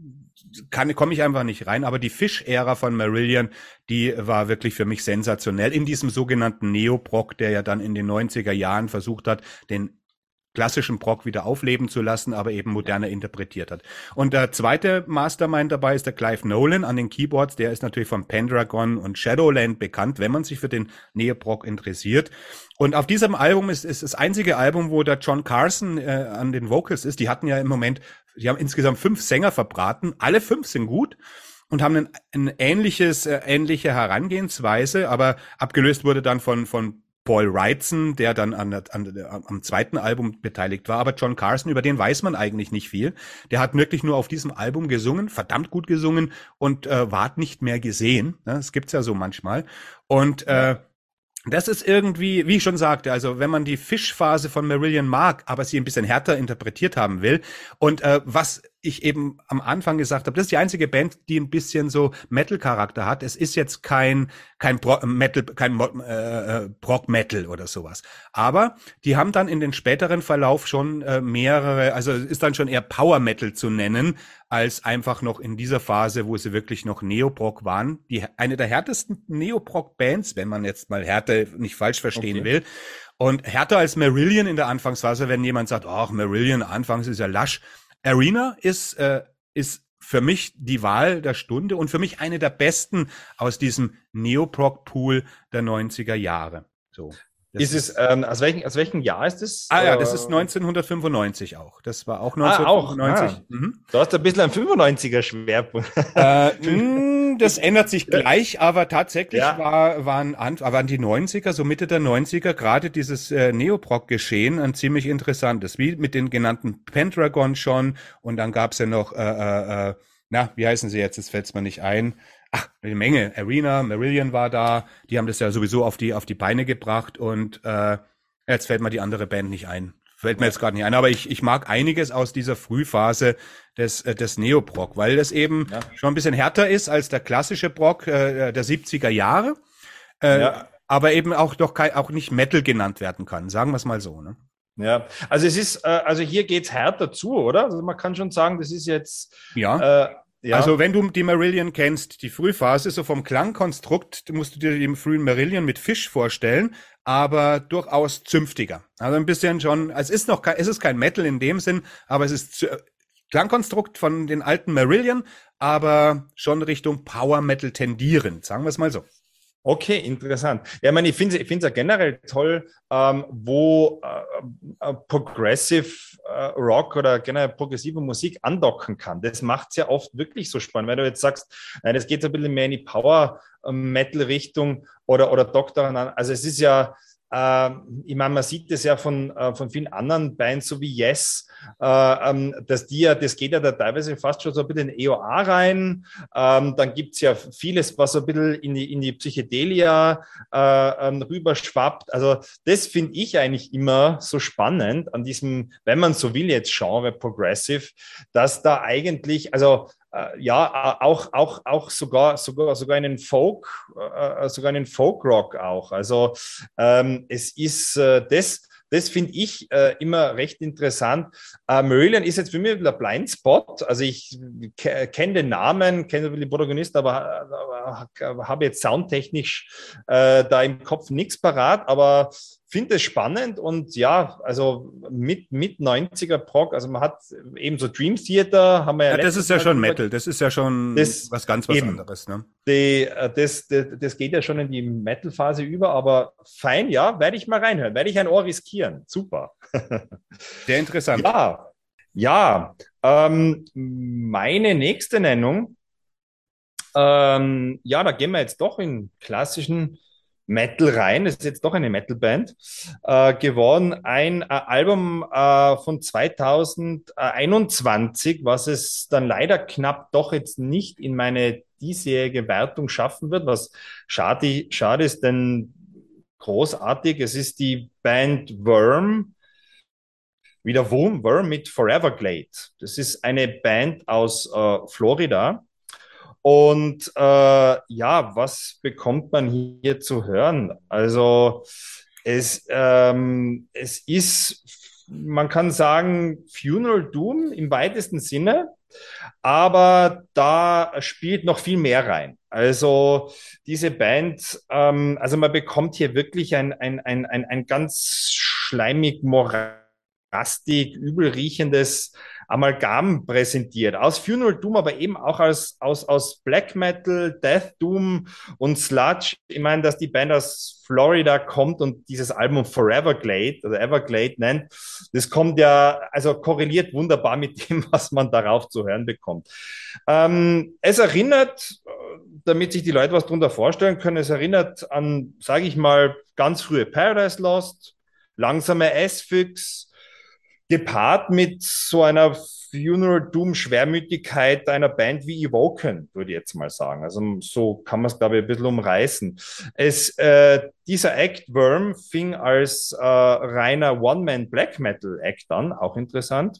kann, komme ich einfach nicht rein, aber die Fish-Ära von Marillion, die war wirklich für mich sensationell in diesem sogenannten Neoprog, der ja dann in den neunziger Jahren versucht hat, den klassischen Prog wieder aufleben zu lassen, aber eben moderner interpretiert hat. Und der zweite Mastermind dabei ist der Clive Nolan an den Keyboards. Der ist natürlich von Pendragon und Shadowland bekannt, wenn man sich für den Neoprog interessiert. Und auf diesem Album ist, ist das einzige Album, wo der John Carson äh, an den Vocals ist. Die hatten ja im Moment, die haben insgesamt fünf Sänger verbraten. Alle fünf sind gut und haben ein, ein ähnliches, äh, ähnliche Herangehensweise, aber abgelöst wurde dann von von Paul Wrightson, der dann an, an, am zweiten Album beteiligt war. Aber John Carson, über den weiß man eigentlich nicht viel. Der hat wirklich nur auf diesem Album gesungen, verdammt gut gesungen und äh, ward nicht mehr gesehen. Das gibt's ja so manchmal. Und äh, das ist irgendwie, wie ich schon sagte, also wenn man die Fischphase von Marillion mag, aber sie ein bisschen härter interpretiert haben will und äh, was ich eben am Anfang gesagt habe, das ist die einzige Band, die ein bisschen so Metal-Charakter hat. Es ist jetzt kein kein Pro Metal, kein äh, Prog-Metal oder sowas. Aber die haben dann in den späteren Verlauf schon äh, mehrere, also ist dann schon eher Power-Metal zu nennen, als einfach noch in dieser Phase, wo sie wirklich noch Neoprog waren. Die eine der härtesten Neoprog-Bands, wenn man jetzt mal Härte nicht falsch verstehen okay. will. Und härter als Marillion in der Anfangsphase, wenn jemand sagt, ach, Marillion anfangs ist ja lasch. Arena ist äh, ist für mich die Wahl der Stunde und für mich eine der besten aus diesem Neoprog-Pool der neunziger Jahre. So. Ist es, ähm, aus welchem, aus welchem Jahr ist das? Ah ja, das ist neunzehnhundertfünfundneunzig auch. Das war auch neunzehnhundertfünfundneunzig. Ah, auch? Ah. Mhm. Du hast ein bisschen einen fünfundneunziger Schwerpunkt. Äh, mh, das ändert sich gleich, aber tatsächlich ja. war, waren, waren die neunziger, so Mitte der neunziger, gerade dieses äh, Neoprog-Geschehen ein ziemlich interessantes. Wie mit den genannten Pendragon schon und dann gab's ja noch, äh, äh, na, wie heißen sie jetzt? Das fällt's mir nicht ein. Ach, eine Menge. Arena, Marillion war da. Die haben das ja sowieso auf die auf die Beine gebracht und äh, jetzt fällt mir die andere Band nicht ein. Fällt mir jetzt gerade nicht ein. Aber ich ich mag einiges aus dieser Frühphase des äh, des Neoprog, weil das eben ja. schon ein bisschen härter ist als der klassische Prog äh, der siebziger Jahre, äh, ja. aber eben auch doch kein, auch nicht Metal genannt werden kann. Sagen wir es mal so, ne? Ja, also es ist, äh, also hier geht's härter zu, oder? Also man kann schon sagen, das ist jetzt ja. Äh, Ja. Also wenn du die Marillion kennst, die Frühphase, so vom Klangkonstrukt, musst du dir die frühen Marillion mit Fisch vorstellen, aber durchaus zünftiger. Also ein bisschen schon, es ist noch kein, es ist kein Metal in dem Sinn, aber es ist Klangkonstrukt von den alten Marillion, aber schon Richtung Power Metal tendierend, sagen wir es mal so. Okay, interessant. Ja, ich meine, ich finde es ich finde es ja generell toll, ähm, wo äh, äh, Progressive äh, Rock oder generell progressive Musik andocken kann. Das macht es ja oft wirklich so spannend, weil du jetzt sagst, nein, das geht so ein bisschen mehr in die Power-Metal-Richtung oder, oder dockt daran an. Also es ist ja, äh, ich meine, man sieht das ja von, äh, von vielen anderen Bands, so wie Yes, äh, ähm, dass die ja, das geht ja da teilweise fast schon so ein bisschen in E O A rein. Ähm, dann gibt es ja vieles, was so ein bisschen in die, in die Psychedelia äh, ähm, rüberschwappt. Also das finde ich eigentlich immer so spannend an diesem, wenn man so will, jetzt Genre Progressive, dass da eigentlich, also äh, ja, auch, auch, auch sogar, sogar, sogar einen Folk, äh, sogar einen Folk-Rock auch. Also ähm, es ist äh, das, das finde ich äh, immer recht interessant. Äh, Marillion ist jetzt für mich ein Blindspot. Also ich kenne den Namen, kenne die Protagonisten, aber, aber, aber habe jetzt soundtechnisch äh, da im Kopf nichts parat. Aber finde es spannend und ja, also mit, mit neunziger Prog, also man hat eben so Dream Theater, haben wir ja, Ja, das ist ja Mal schon drüber- Metal, das ist ja schon das was ganz was eben. anderes, ne? Die, äh, das, das, das geht ja schon in die Metal-Phase über, aber fein, ja, werde ich mal reinhören, werde ich ein Ohr riskieren. Super. Sehr interessant. Ja, ja. Ähm, meine nächste Nennung, ähm, ja, da gehen wir jetzt doch in klassischen Metal rein. Das ist jetzt doch eine Metal-Band äh, geworden. Ein äh, Album äh, von zweitausendeinundzwanzig, was es dann leider knapp doch jetzt nicht in meine diesjährige Wertung schaffen wird, was schade, schade ist, denn großartig. Es ist die Band Worm, wieder Wurm, Worm mit Foreverglade. Das ist eine Band aus äh, Florida. Und äh, ja, was bekommt man hier zu hören? Also es, ähm, es ist, man kann sagen, Funeral Doom im weitesten Sinne, aber da spielt noch viel mehr rein. Also diese Band, ähm, also man bekommt hier wirklich ein, ein, ein, ein, ein ganz schleimig morastig, übel riechendes Amalgam präsentiert. Aus Funeral Doom, aber eben auch aus, aus, aus Black Metal, Death Doom und Sludge. Ich meine, dass die Band aus Florida kommt und dieses Album Foreverglade oder Everglade nennt, das kommt ja, also korreliert wunderbar mit dem, was man darauf zu hören bekommt. Ähm, es erinnert, damit sich die Leute was darunter vorstellen können, es erinnert an, sage ich mal, ganz frühe Paradise Lost, langsame Asphyx, gepaart mit so einer Funeral Doom Schwermütigkeit einer Band wie Evoken, würde ich jetzt mal sagen. Also so kann man es, glaube ich, ein bisschen umreißen. Es, äh, dieser Act Worm fing als äh, reiner One-Man-Black Metal-Act an, auch interessant.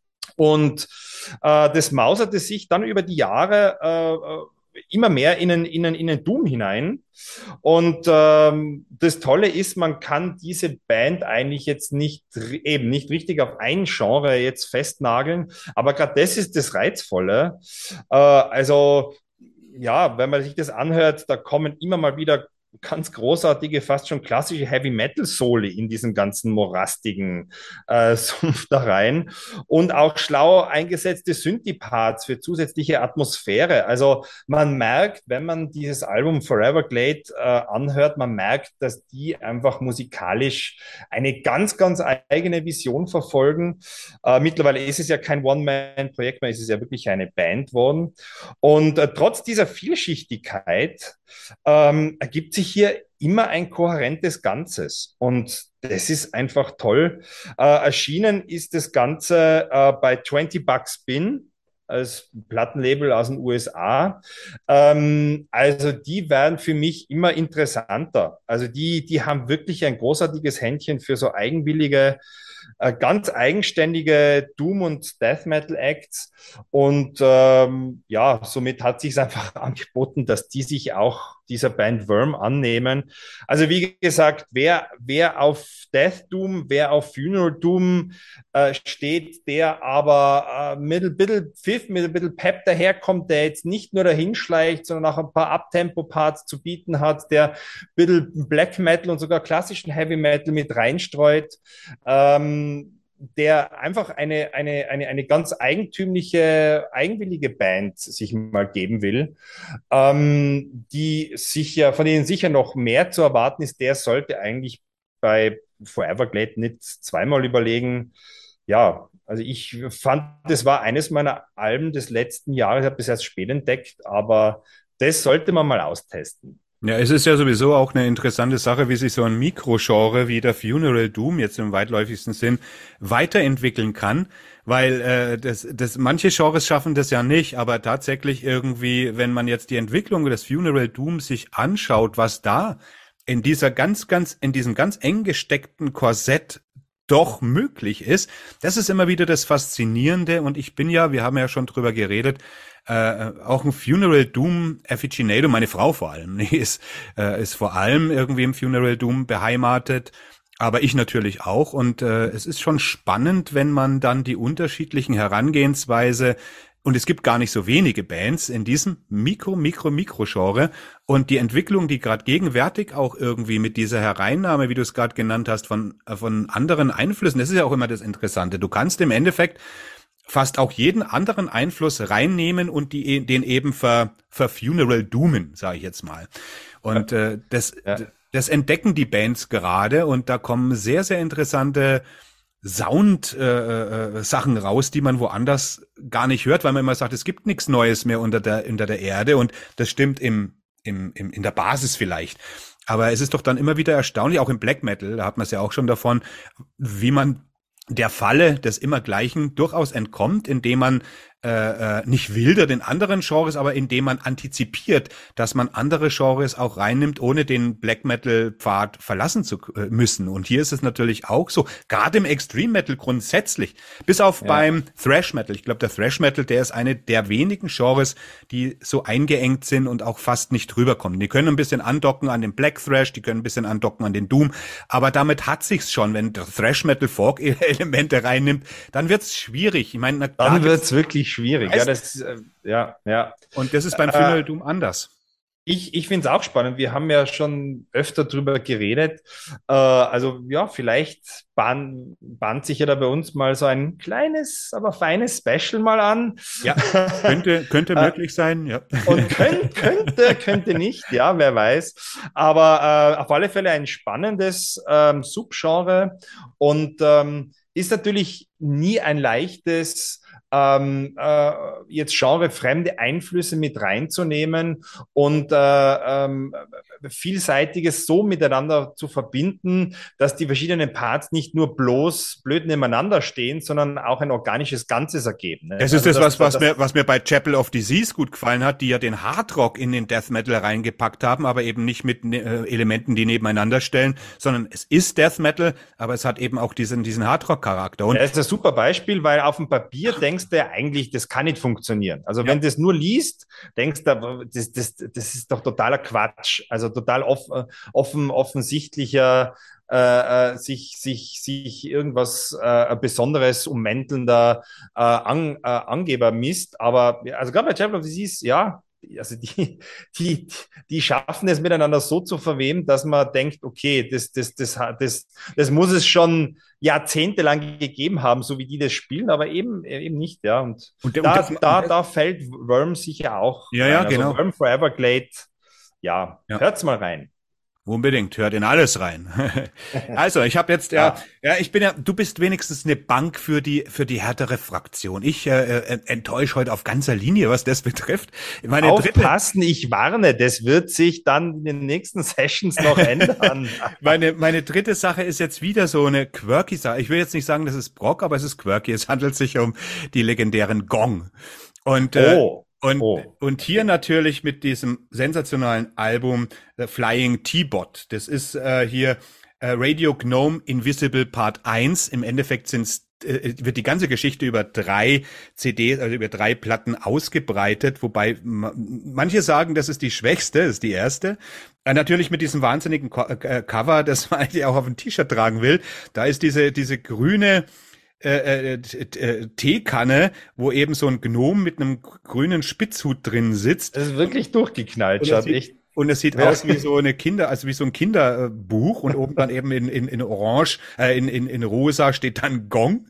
Und äh, das mauserte sich dann über die Jahre äh, immer mehr in den, in den, in den Doom hinein. Und ähm, das Tolle ist, man kann diese Band eigentlich jetzt nicht eben nicht richtig auf ein Genre jetzt festnageln, aber gerade das ist das Reizvolle. Äh, also ja, wenn man sich das anhört, da kommen immer mal wieder ganz großartige, fast schon klassische Heavy Metal Sohle in diesen ganzen morastigen äh, Sumpf da rein und auch schlau eingesetzte Synthi-Parts für zusätzliche Atmosphäre. Also man merkt, wenn man dieses Album Foreverglade äh, anhört, man merkt, dass die einfach musikalisch eine ganz, ganz eigene Vision verfolgen. Äh, mittlerweile ist es ja kein One-Man-Projekt mehr, es ist ja wirklich eine Band worden. Und äh, trotz dieser Vielschichtigkeit ähm, ergibt sich hier immer ein kohärentes Ganzes. Und das ist einfach toll. Äh, erschienen ist das Ganze äh, bei zwanzig Bucks Spin als Plattenlabel aus den U S A. Ähm, also die werden für mich immer interessanter. Also die, die haben wirklich ein großartiges Händchen für so eigenwillige, äh, ganz eigenständige Doom- und Death Metal Acts. Und ähm, ja, somit hat sich einfach angeboten, dass die sich auch dieser Band Worm annehmen. Also wie gesagt, wer, wer auf Death Doom, wer auf Funeral Doom äh, steht, der aber äh, mit ein bisschen Pfiff, mit ein bisschen Pep daherkommt, der jetzt nicht nur dahin schleicht, sondern auch ein paar Uptempo-Parts zu bieten hat, der ein bisschen Black Metal und sogar klassischen Heavy Metal mit reinstreut. Ähm, der einfach eine, eine, eine, eine ganz eigentümliche, eigenwillige Band sich mal geben will, ähm, die sicher, von denen sicher noch mehr zu erwarten ist, der sollte eigentlich bei Forever Glade nicht zweimal überlegen. Ja, also ich fand, das war eines meiner Alben des letzten Jahres, ich habe das erst spät entdeckt, aber das sollte man mal austesten. Ja, es ist ja sowieso auch eine interessante Sache, wie sich so ein Mikrogenre wie der Funeral Doom jetzt im weitläufigsten Sinn weiterentwickeln kann, weil äh, das, das manche Genres schaffen das ja nicht, aber tatsächlich irgendwie, wenn man jetzt die Entwicklung des Funeral Doom sich anschaut, was da in dieser ganz, ganz, in diesem ganz eng gesteckten Korsett doch möglich ist, das ist immer wieder das Faszinierende und ich bin ja, wir haben ja schon drüber geredet, äh, auch ein Funeral Doom Aficionado, meine Frau vor allem, die ist, äh, ist vor allem irgendwie im Funeral Doom beheimatet, aber ich natürlich auch und äh, es ist schon spannend, wenn man dann die unterschiedlichen Herangehensweise und es gibt gar nicht so wenige Bands in diesem Mikro, Mikro, Mikro-Genre und die Entwicklung, die gerade gegenwärtig auch irgendwie mit dieser Hereinnahme, wie du es gerade genannt hast, von von anderen Einflüssen, das ist ja auch immer das Interessante. Du kannst im Endeffekt fast auch jeden anderen Einfluss reinnehmen und die den eben ver, ver Funeral Doomen, sage ich jetzt mal. Und äh, das, Ja. das entdecken die Bands gerade und da kommen sehr, sehr interessante Sound-Sachen äh, Sachen raus, die man woanders gar nicht hört, weil man immer sagt, es gibt nichts Neues mehr unter der unter der Erde und das stimmt im, im, im in der Basis vielleicht. Aber es ist doch dann immer wieder erstaunlich, auch im Black Metal, da hat man es ja auch schon davon, wie man der Falle des Immergleichen durchaus entkommt, indem man äh, äh, nicht wilder den anderen Genres, aber indem man antizipiert, dass man andere Genres auch reinnimmt, ohne den Black Metal Pfad verlassen zu äh, müssen. Und hier ist es natürlich auch so, gerade im Extreme Metal grundsätzlich, bis auf Ja. beim Thrash Metal. Ich glaube, der Thrash Metal, der ist eine der wenigen Genres, die so eingeengt sind und auch fast nicht rüberkommen. Die können ein bisschen andocken an den Black Thrash, die können ein bisschen andocken an den Doom, aber damit hat sich's schon. Wenn der Thrash Metal Folk Elemente reinnimmt, dann wird's schwierig. Ich meine, na, Dann da wird's wirklich schwierig. Ja, Weißt- das, äh, ja, ja. und das ist beim Äh, Funeral Doom anders. Ich, ich finde es auch spannend. Wir haben ja schon öfter drüber geredet. Äh, also ja, vielleicht bahnt, bahnt sich ja da bei uns mal so ein kleines, aber feines Special mal an. Ja, könnte, könnte Äh, möglich sein, ja. Und könnte, könnte, könnte nicht, ja, wer weiß. Aber äh, auf alle Fälle ein spannendes ähm, Subgenre und ähm, ist natürlich nie ein leichtes, ähm, äh, jetzt genrefremde Einflüsse mit reinzunehmen und äh, ähm, Vielseitiges so miteinander zu verbinden, dass die verschiedenen Parts nicht nur bloß blöd nebeneinander stehen, sondern auch ein organisches Ganzes ergeben. Ne? Das ist Also, das, was, was das, mir, was mir bei Chapel of Disease gut gefallen hat, die ja den Hardrock in den Death Metal reingepackt haben, aber eben nicht mit äh, Elementen, die nebeneinander stellen, sondern es ist Death Metal, aber es hat eben auch diesen, diesen Hardrock-Charakter. Und Das ist ein super Beispiel, weil auf dem Papier denkst du ja eigentlich, das kann nicht funktionieren. Also Ja. wenn du das nur liest, denkst du, das, das, das ist doch totaler Quatsch. Also total off, offen, offensichtlicher, äh, äh, sich, sich, sich irgendwas äh, Besonderes ummäntelnder äh, An, äh, Angebermist. Aber ja, also gerade bei Chapel of Disease, ja, also die, die, die schaffen es miteinander so zu verweben, dass man denkt, okay, das, das, das, das, das muss es schon jahrzehntelang gegeben haben, so wie die das spielen, aber eben, eben nicht, ja. Und, Und der- da, und der- da, und der- da fällt Worm sicher auch Ja, rein. ja, Also genau. Worm Forever Glade, ja, Ja. hört's mal rein. Unbedingt, hört in alles rein. Also, ich habe jetzt ja, Ja. ja, ich bin ja, du bist wenigstens eine Bank für die für die härtere Fraktion. Ich äh, äh, enttäusche heute auf ganzer Linie, was das betrifft. Meine dritte, Aufpassen, ich warne, das wird sich dann in den nächsten Sessions noch ändern. meine meine dritte Sache ist jetzt wieder so eine quirky Sache. Ich will jetzt nicht sagen, das ist Brock, aber es ist quirky. Es handelt sich um die legendären Gong. Und äh, Oh. Und, Oh. und hier natürlich mit diesem sensationalen Album äh, Flying T-Bot. Das ist äh, hier äh, Radio Gnome Invisible Part eins. Im Endeffekt sind's, äh, wird die ganze Geschichte über drei C Ds, also über drei Platten ausgebreitet, wobei ma- manche sagen, das ist die schwächste, das ist die erste. Äh, natürlich mit diesem wahnsinnigen Co äh, Cover, das man eigentlich auch auf ein T-Shirt tragen will. Da ist diese, diese grüne Äh, äh, äh, Teekanne, wo eben so ein Gnom mit einem grünen Spitzhut drin sitzt. Das ist wirklich durchgeknallt, Und schaut das sieht, echt. Und es sieht Ja. aus wie so eine Kinder, also wie so ein Kinderbuch und oben dann eben in, in, in Orange, äh, in, in, in Rosa steht dann Gong.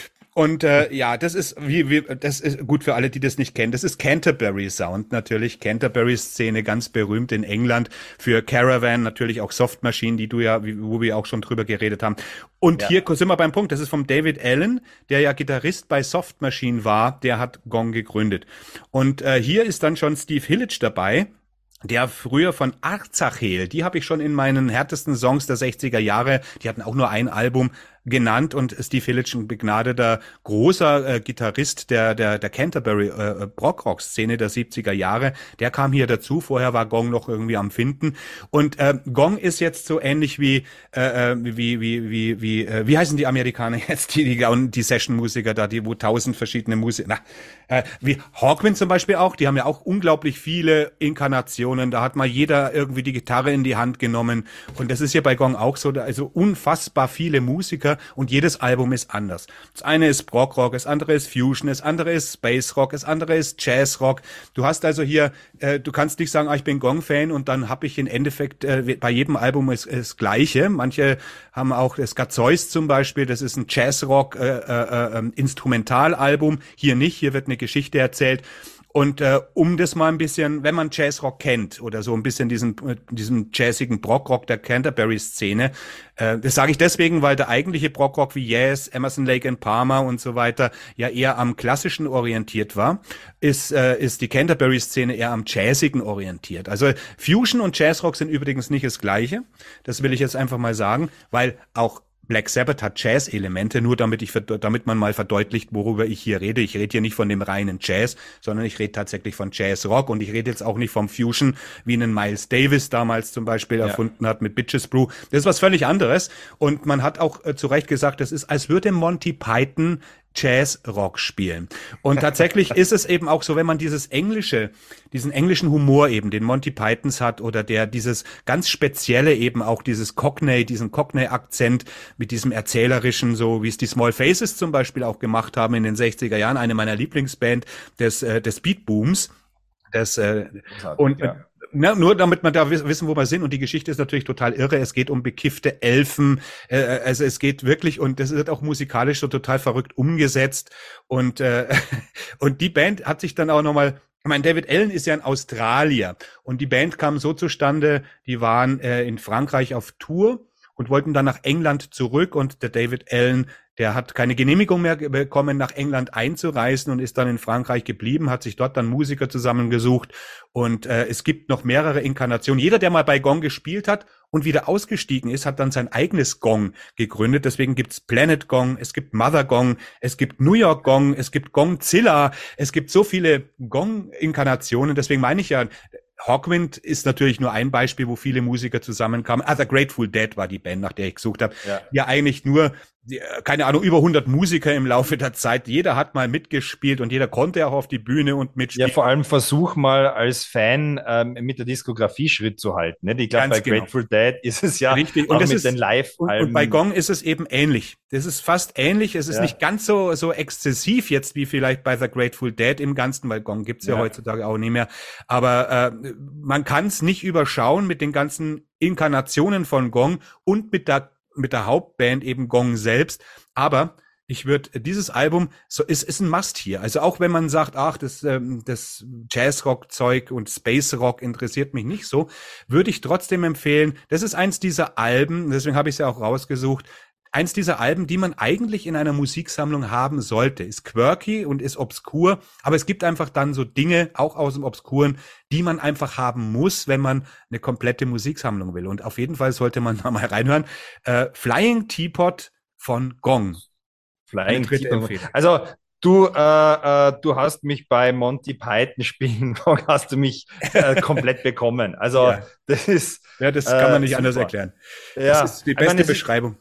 Und äh, ja, das ist wie, wie das ist gut für alle, die das nicht kennen. Das ist Canterbury Sound natürlich, Canterbury Szene, ganz berühmt in England für Caravan, natürlich auch Soft Machine, die du ja, wie, wo wir auch schon drüber geredet haben. Und ja. Hier sind wir beim Punkt. Das ist vom David Allen, der ja Gitarrist bei Soft Machine war. Der hat Gong gegründet. Und äh, hier ist dann schon Steve Hillage dabei. Der früher von Arzachel, die habe ich schon in meinen härtesten Songs der sechziger Jahre, die hatten auch nur ein Album, genannt, und Steve Hillage, ein begnadeter großer äh, Gitarrist der der der Canterbury äh, Prog-Rock-Szene der siebziger Jahre, der kam hier dazu. Vorher war Gong noch irgendwie am Finden, und äh, Gong ist jetzt so ähnlich wie äh, wie wie wie wie äh, wie heißen die Amerikaner jetzt, die die, die Session-Musiker da, die wo tausend verschiedene Musiker, na, äh, wie Hawkwind zum Beispiel auch, die haben ja auch unglaublich viele Inkarnationen, da hat mal jeder irgendwie die Gitarre in die Hand genommen, und das ist hier bei Gong auch so, also unfassbar viele Musiker. Und jedes Album ist anders. Das eine ist Prog-Rock, das andere ist Fusion, das andere ist Space-Rock, das andere ist Jazz-Rock. Du hast also hier, äh, du kannst nicht sagen, ah, ich bin Gong-Fan, und dann habe ich im Endeffekt äh, bei jedem Album das, das Gleiche. Manche haben auch das Gazois zum Beispiel, das ist ein Jazz-Rock äh, äh, äh, Instrumentalalbum. Hier nicht, hier wird eine Geschichte erzählt. Und äh, um das mal ein bisschen, wenn man Jazzrock kennt oder so ein bisschen diesen diesen jazzigen Prog-Rock der Canterbury-Szene, äh, das sage ich deswegen, weil der eigentliche Prog-Rock wie Yes, Emerson, Lake and Palmer und so weiter ja eher am Klassischen orientiert war, ist äh, ist die Canterbury-Szene eher am Jazzigen orientiert. Also Fusion und Jazzrock sind übrigens nicht das Gleiche. Das will ich jetzt einfach mal sagen, weil auch Black Sabbath hat Jazz-Elemente, nur damit ich, damit man mal verdeutlicht, worüber ich hier rede. Ich rede hier nicht von dem reinen Jazz, sondern ich rede tatsächlich von Jazz-Rock, und ich rede jetzt auch nicht vom Fusion, wie einen Miles Davis damals zum Beispiel ja. erfunden hat mit Bitches Brew. Das ist was völlig anderes, und man hat auch äh, zu Recht gesagt, das ist, als würde Monty Python Jazz-Rock spielen. Und tatsächlich ist es eben auch so, wenn man dieses englische, diesen englischen Humor eben, den Monty Pythons hat, oder der dieses ganz spezielle eben auch dieses Cockney, diesen Cockney-Akzent mit diesem erzählerischen, so wie es die Small Faces zum Beispiel auch gemacht haben in den sechziger Jahren, eine meiner Lieblingsband des, äh, des Beatbooms. Das, äh, und ja. Na, nur damit man da wissen, wo wir sind. Und die Geschichte ist natürlich total irre. Es geht um bekiffte Elfen. Äh, also es geht wirklich, und das wird auch musikalisch so total verrückt umgesetzt. Und äh, und die Band hat sich dann auch nochmal, ich meine, David Allen ist ja ein Australier. Und die Band kam so zustande, die waren äh, in Frankreich auf Tour und wollten dann nach England zurück. Und der David Allen, der hat keine Genehmigung mehr bekommen, nach England einzureisen, und ist dann in Frankreich geblieben, hat sich dort dann Musiker zusammengesucht, und äh, es gibt noch mehrere Inkarnationen. Jeder, der mal bei Gong gespielt hat und wieder ausgestiegen ist, hat dann sein eigenes Gong gegründet. Deswegen gibt's Planet Gong, es gibt Mother Gong, es gibt New York Gong, es gibt Gongzilla, es gibt so viele Gong-Inkarnationen. Deswegen meine ich ja, Hawkwind ist natürlich nur ein Beispiel, wo viele Musiker zusammenkamen. Ah, The Grateful Dead war die Band, nach der ich gesucht habe. Ja, ja eigentlich nur, keine Ahnung, über hundert Musiker im Laufe der Zeit. Jeder hat mal mitgespielt, und jeder konnte auch auf die Bühne und mitspielen. Ja, vor allem versuch mal als Fan ähm, mit der Diskografie Schritt zu halten. Ne? Ich glaube, bei genau. Grateful Dead ist es ja richtig. Und auch das mit ist, den Live-Alben. Und, und bei Gong ist es eben ähnlich. Das ist fast ähnlich. Es ist ja. nicht ganz so so exzessiv jetzt wie vielleicht bei The Grateful Dead im Ganzen, weil Gong gibt's ja, ja heutzutage auch nicht mehr. Aber äh, man kann es nicht überschauen mit den ganzen Inkarnationen von Gong und mit der mit der Hauptband eben Gong selbst. Aber ich würde dieses Album, so ist ist ein Must hier. Also auch wenn man sagt, ach, das ähm, das Jazzrock-Zeug und Space Rock interessiert mich nicht so, würde ich trotzdem empfehlen. Das ist eins dieser Alben, deswegen habe ich es ja auch rausgesucht. Eins dieser Alben, die man eigentlich in einer Musiksammlung haben sollte, ist quirky und ist obskur, aber es gibt einfach dann so Dinge, auch aus dem Obskuren, die man einfach haben muss, wenn man eine komplette Musiksammlung will. Und auf jeden Fall sollte man da mal reinhören. Äh, Flying Teapot von Gong. Flying Teapot. Also du, äh, äh, du hast mich bei Monty Python spielen, hast du mich äh, komplett bekommen. Also ja. das ist ja, das kann man nicht äh, anders erklären. Ja. Das ist die beste meine, Beschreibung.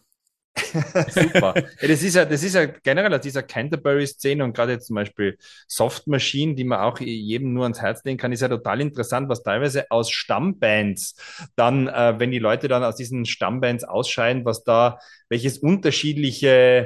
Super. Ja, das ist ja, das ist ja generell aus dieser Canterbury-Szene, und gerade jetzt zum Beispiel Soft Machine, die man auch jedem nur ans Herz legen kann, ist ja total interessant, was teilweise aus Stammbands dann, äh, wenn die Leute dann aus diesen Stammbands ausscheiden, was da, welches unterschiedliche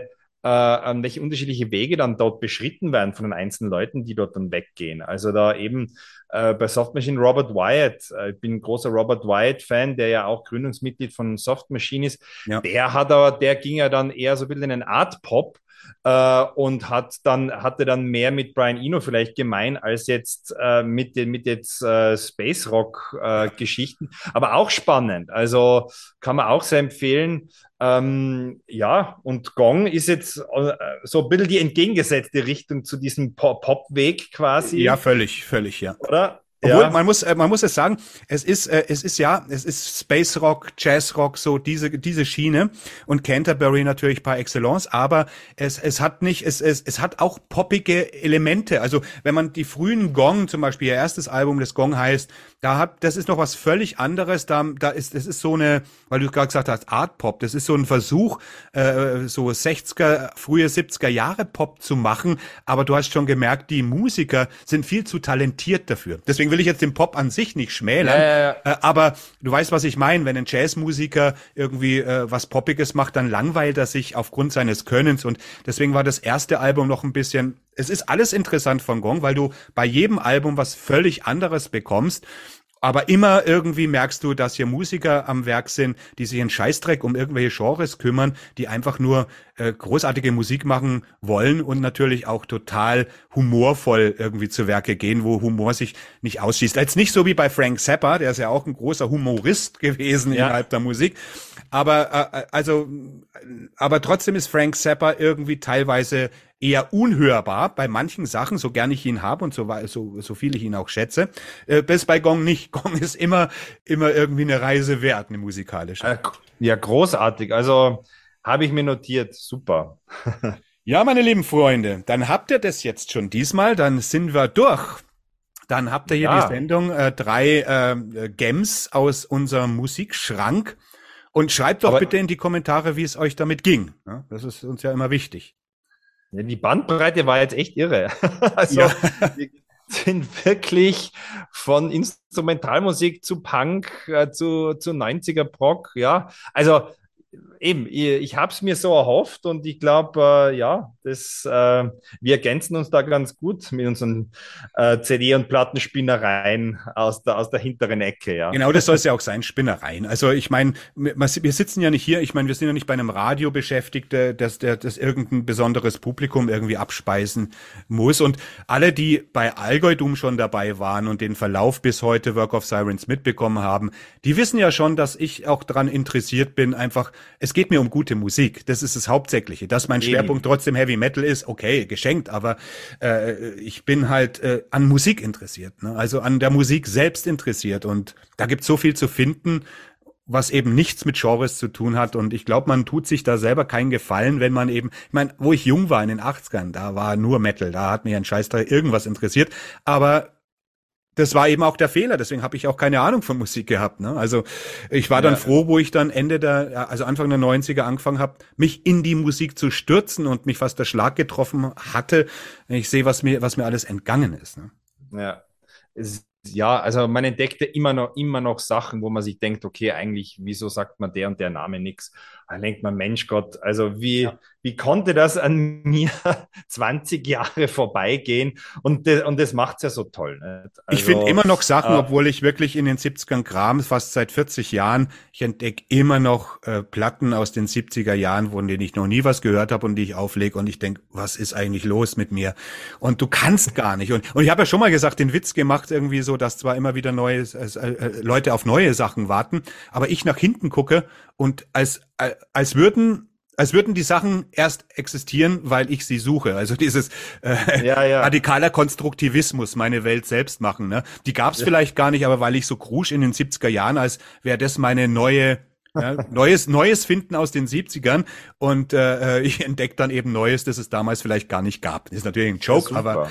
äh, welche unterschiedliche Wege dann dort beschritten werden von den einzelnen Leuten, die dort dann weggehen. Also da eben äh, bei Soft Machine Robert Wyatt, äh, ich bin ein großer Robert Wyatt-Fan, der ja auch Gründungsmitglied von Soft Machine ist. Ja. Der hat aber, der ging ja dann eher so ein bisschen in den Art-Pop äh, und hat dann, hatte dann mehr mit Brian Eno vielleicht gemein als jetzt äh, mit den mit jetzt äh, Space Rock äh, Geschichten. Aber auch spannend. Also kann man auch sehr empfehlen. Ähm, ja, und Gong ist jetzt äh, so ein bisschen die entgegengesetzte Richtung zu diesem Pop-Weg Ja, quasi, völlig, völlig, ja. oder? Obwohl, Ja, man muss, äh, man muss es sagen, es ist, äh, es ist ja, es ist Space Rock, Jazz Rock, so diese, diese Schiene und Canterbury natürlich par excellence, aber es, es hat nicht, es, es, es hat auch poppige Elemente. Also, wenn man die frühen Gong, zum Beispiel ihr erstes Album, das Gong heißt, da hat, das ist noch was völlig anderes, da, da ist, das ist so eine, weil du gerade gesagt hast, Art Pop, das ist so ein Versuch, äh, so sechziger, frühe siebziger Jahre Pop zu machen, aber du hast schon gemerkt, die Musiker sind viel zu talentiert dafür. Deswegen will ich jetzt den Pop an sich nicht schmälern, ja, ja, ja. äh, aber du weißt, was ich meine. Wenn ein Jazzmusiker irgendwie äh, was Poppiges macht, dann langweilt er sich aufgrund seines Könnens und deswegen war das erste Album noch ein bisschen, es ist alles interessant von Gong, weil du bei jedem Album was völlig anderes bekommst. Aber immer irgendwie merkst du, dass hier Musiker am Werk sind, die sich in Scheißdreck um irgendwelche Genres kümmern, die einfach nur äh, großartige Musik machen wollen und natürlich auch total humorvoll irgendwie zu Werke gehen, wo Humor sich nicht ausschließt. Jetzt nicht so wie bei Frank Zappa, der ist ja auch ein großer Humorist gewesen Ja. innerhalb der Musik. Aber äh, also, aber trotzdem ist Frank Zappa irgendwie teilweise eher unhörbar bei manchen Sachen, so gern ich ihn habe und so, so, so viel ich ihn auch schätze. Äh, bis bei Gong nicht. Gong ist immer, immer irgendwie eine Reise wert, eine musikalische. Äh, Ja, großartig. Also habe ich mir notiert. Super. Ja, meine lieben Freunde, dann habt ihr das jetzt schon diesmal, dann sind wir durch. Dann habt ihr hier Ja. die Sendung, äh, drei äh, Gems aus unserem Musikschrank. Und schreibt doch Aber- bitte in die Kommentare, wie es euch damit ging. Ja, das ist uns ja immer wichtig. Ja, die Bandbreite war jetzt echt irre. Also Ja. wir sind wirklich von Instrumentalmusik zu Punk, äh, zu, zu neunziger Prog, ja. Also eben, ich, ich habe es mir so erhofft und ich glaube, äh, ja, das, äh, wir ergänzen uns da ganz gut mit unseren äh, C D- und Plattenspinnereien aus der, aus der hinteren Ecke, ja. Genau, das soll es ja auch sein, Spinnereien. Also ich meine, wir sitzen ja nicht hier, ich meine, wir sind ja nicht bei einem Radio beschäftigt, äh, dass der das irgendein besonderes Publikum irgendwie abspeisen muss. Und alle, die bei Allgäu-Doom schon dabei waren und den Verlauf bis heute Work of Sirens mitbekommen haben, die wissen ja schon, dass ich auch daran interessiert bin, einfach, es geht mir um gute Musik. Das ist das Hauptsächliche. Dass mein Eben. Schwerpunkt trotzdem Heavy Metal ist, okay, geschenkt, aber äh, ich bin halt äh, an Musik interessiert, ne? Also an der Musik selbst interessiert und da gibt's so viel zu finden, was eben nichts mit Genres zu tun hat und ich glaube, man tut sich da selber keinen Gefallen, wenn man eben, ich meine, wo ich jung war in den achtzigern, da war nur Metal, da hat mich ein Scheißdreck irgendwas interessiert, aber das war eben auch der Fehler, deswegen habe ich auch keine Ahnung von Musik gehabt. Ne? Also ich war dann Ja. froh, wo ich dann Ende der, also Anfang der neunziger angefangen habe, mich in die Musik zu stürzen und mich fast der Schlag getroffen hatte, wenn ich sehe, was mir, was mir alles entgangen ist. Ne? Ja. Es, ja, also man entdeckte immer noch, immer noch Sachen, wo man sich denkt, okay, eigentlich, wieso sagt man der und der Name nichts? Dann denkt man, Mensch Gott, also wie, Ja. wie konnte das an mir zwanzig Jahre vorbeigehen? Und, de, und das macht's ja so toll. Nicht? Also, Ich finde immer noch Sachen, äh, obwohl ich wirklich in den siebzigern kram, fast seit vierzig Jahren, ich entdecke immer noch äh, Platten aus den siebziger Jahren, von denen ich noch nie was gehört habe und die ich auflege und ich denke, was ist eigentlich los mit mir? Und du kannst gar nicht. Und, und ich habe ja schon mal gesagt, den Witz gemacht irgendwie so, dass zwar immer wieder neue äh, äh, Leute auf neue Sachen warten, aber ich nach hinten gucke und als äh, als würden als würden die Sachen erst existieren, weil ich sie suche. Also dieses äh, Ja, ja. radikaler Konstruktivismus, meine Welt selbst machen. Ne? Die gab es vielleicht gar nicht, aber weil ich so krusch in den siebziger Jahren, als wäre das meine neue ja, Neues, Neues finden aus den siebzigern und äh, ich entdecke dann eben Neues, das es damals vielleicht gar nicht gab. Das ist natürlich ein Joke, Ja, aber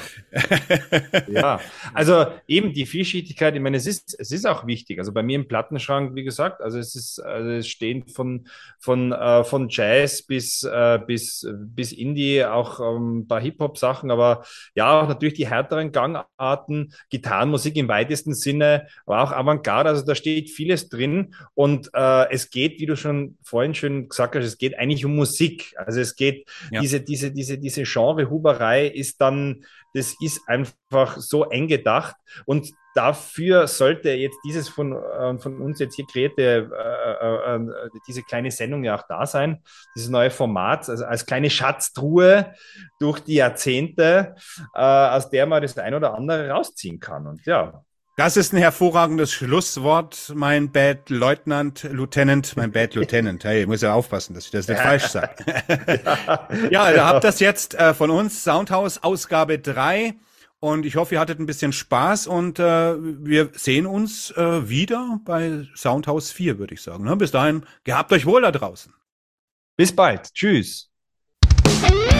Ja, also eben die Vielschichtigkeit, ich meine, es ist, es ist auch wichtig. Also bei mir im Plattenschrank, wie gesagt, also es ist, also es stehen von, von, äh, von Jazz bis, äh, bis, bis Indie, auch ähm, ein paar Hip-Hop-Sachen, aber ja, auch natürlich die härteren Gangarten, Gitarrenmusik im weitesten Sinne, aber auch Avantgarde, also da steht vieles drin und äh, es geht, wie du schon vorhin schön gesagt hast, es geht eigentlich um Musik. Also es geht, Ja. diese, diese, diese, diese Genre-Huberei ist dann, das ist einfach so eng gedacht und dafür sollte jetzt dieses von, äh, von uns jetzt hier kreierte, äh, äh, äh, diese kleine Sendung ja auch da sein, dieses neue Format, also als kleine Schatztruhe durch die Jahrzehnte, äh, aus der man das ein oder andere rausziehen kann. Und ja. Das ist ein hervorragendes Schlusswort, mein Bad Leutnant, Lieutenant, mein Bad Lieutenant. Hey, ich muss ja aufpassen, dass ich das nicht falsch sage. ja, ja, ihr habt das jetzt äh, von uns, Soundhouse Ausgabe drei. Und ich hoffe, ihr hattet ein bisschen Spaß und äh, wir sehen uns äh, wieder bei Soundhouse vier, würde ich sagen. Ne? Bis dahin, gehabt euch wohl da draußen. Bis bald. Tschüss.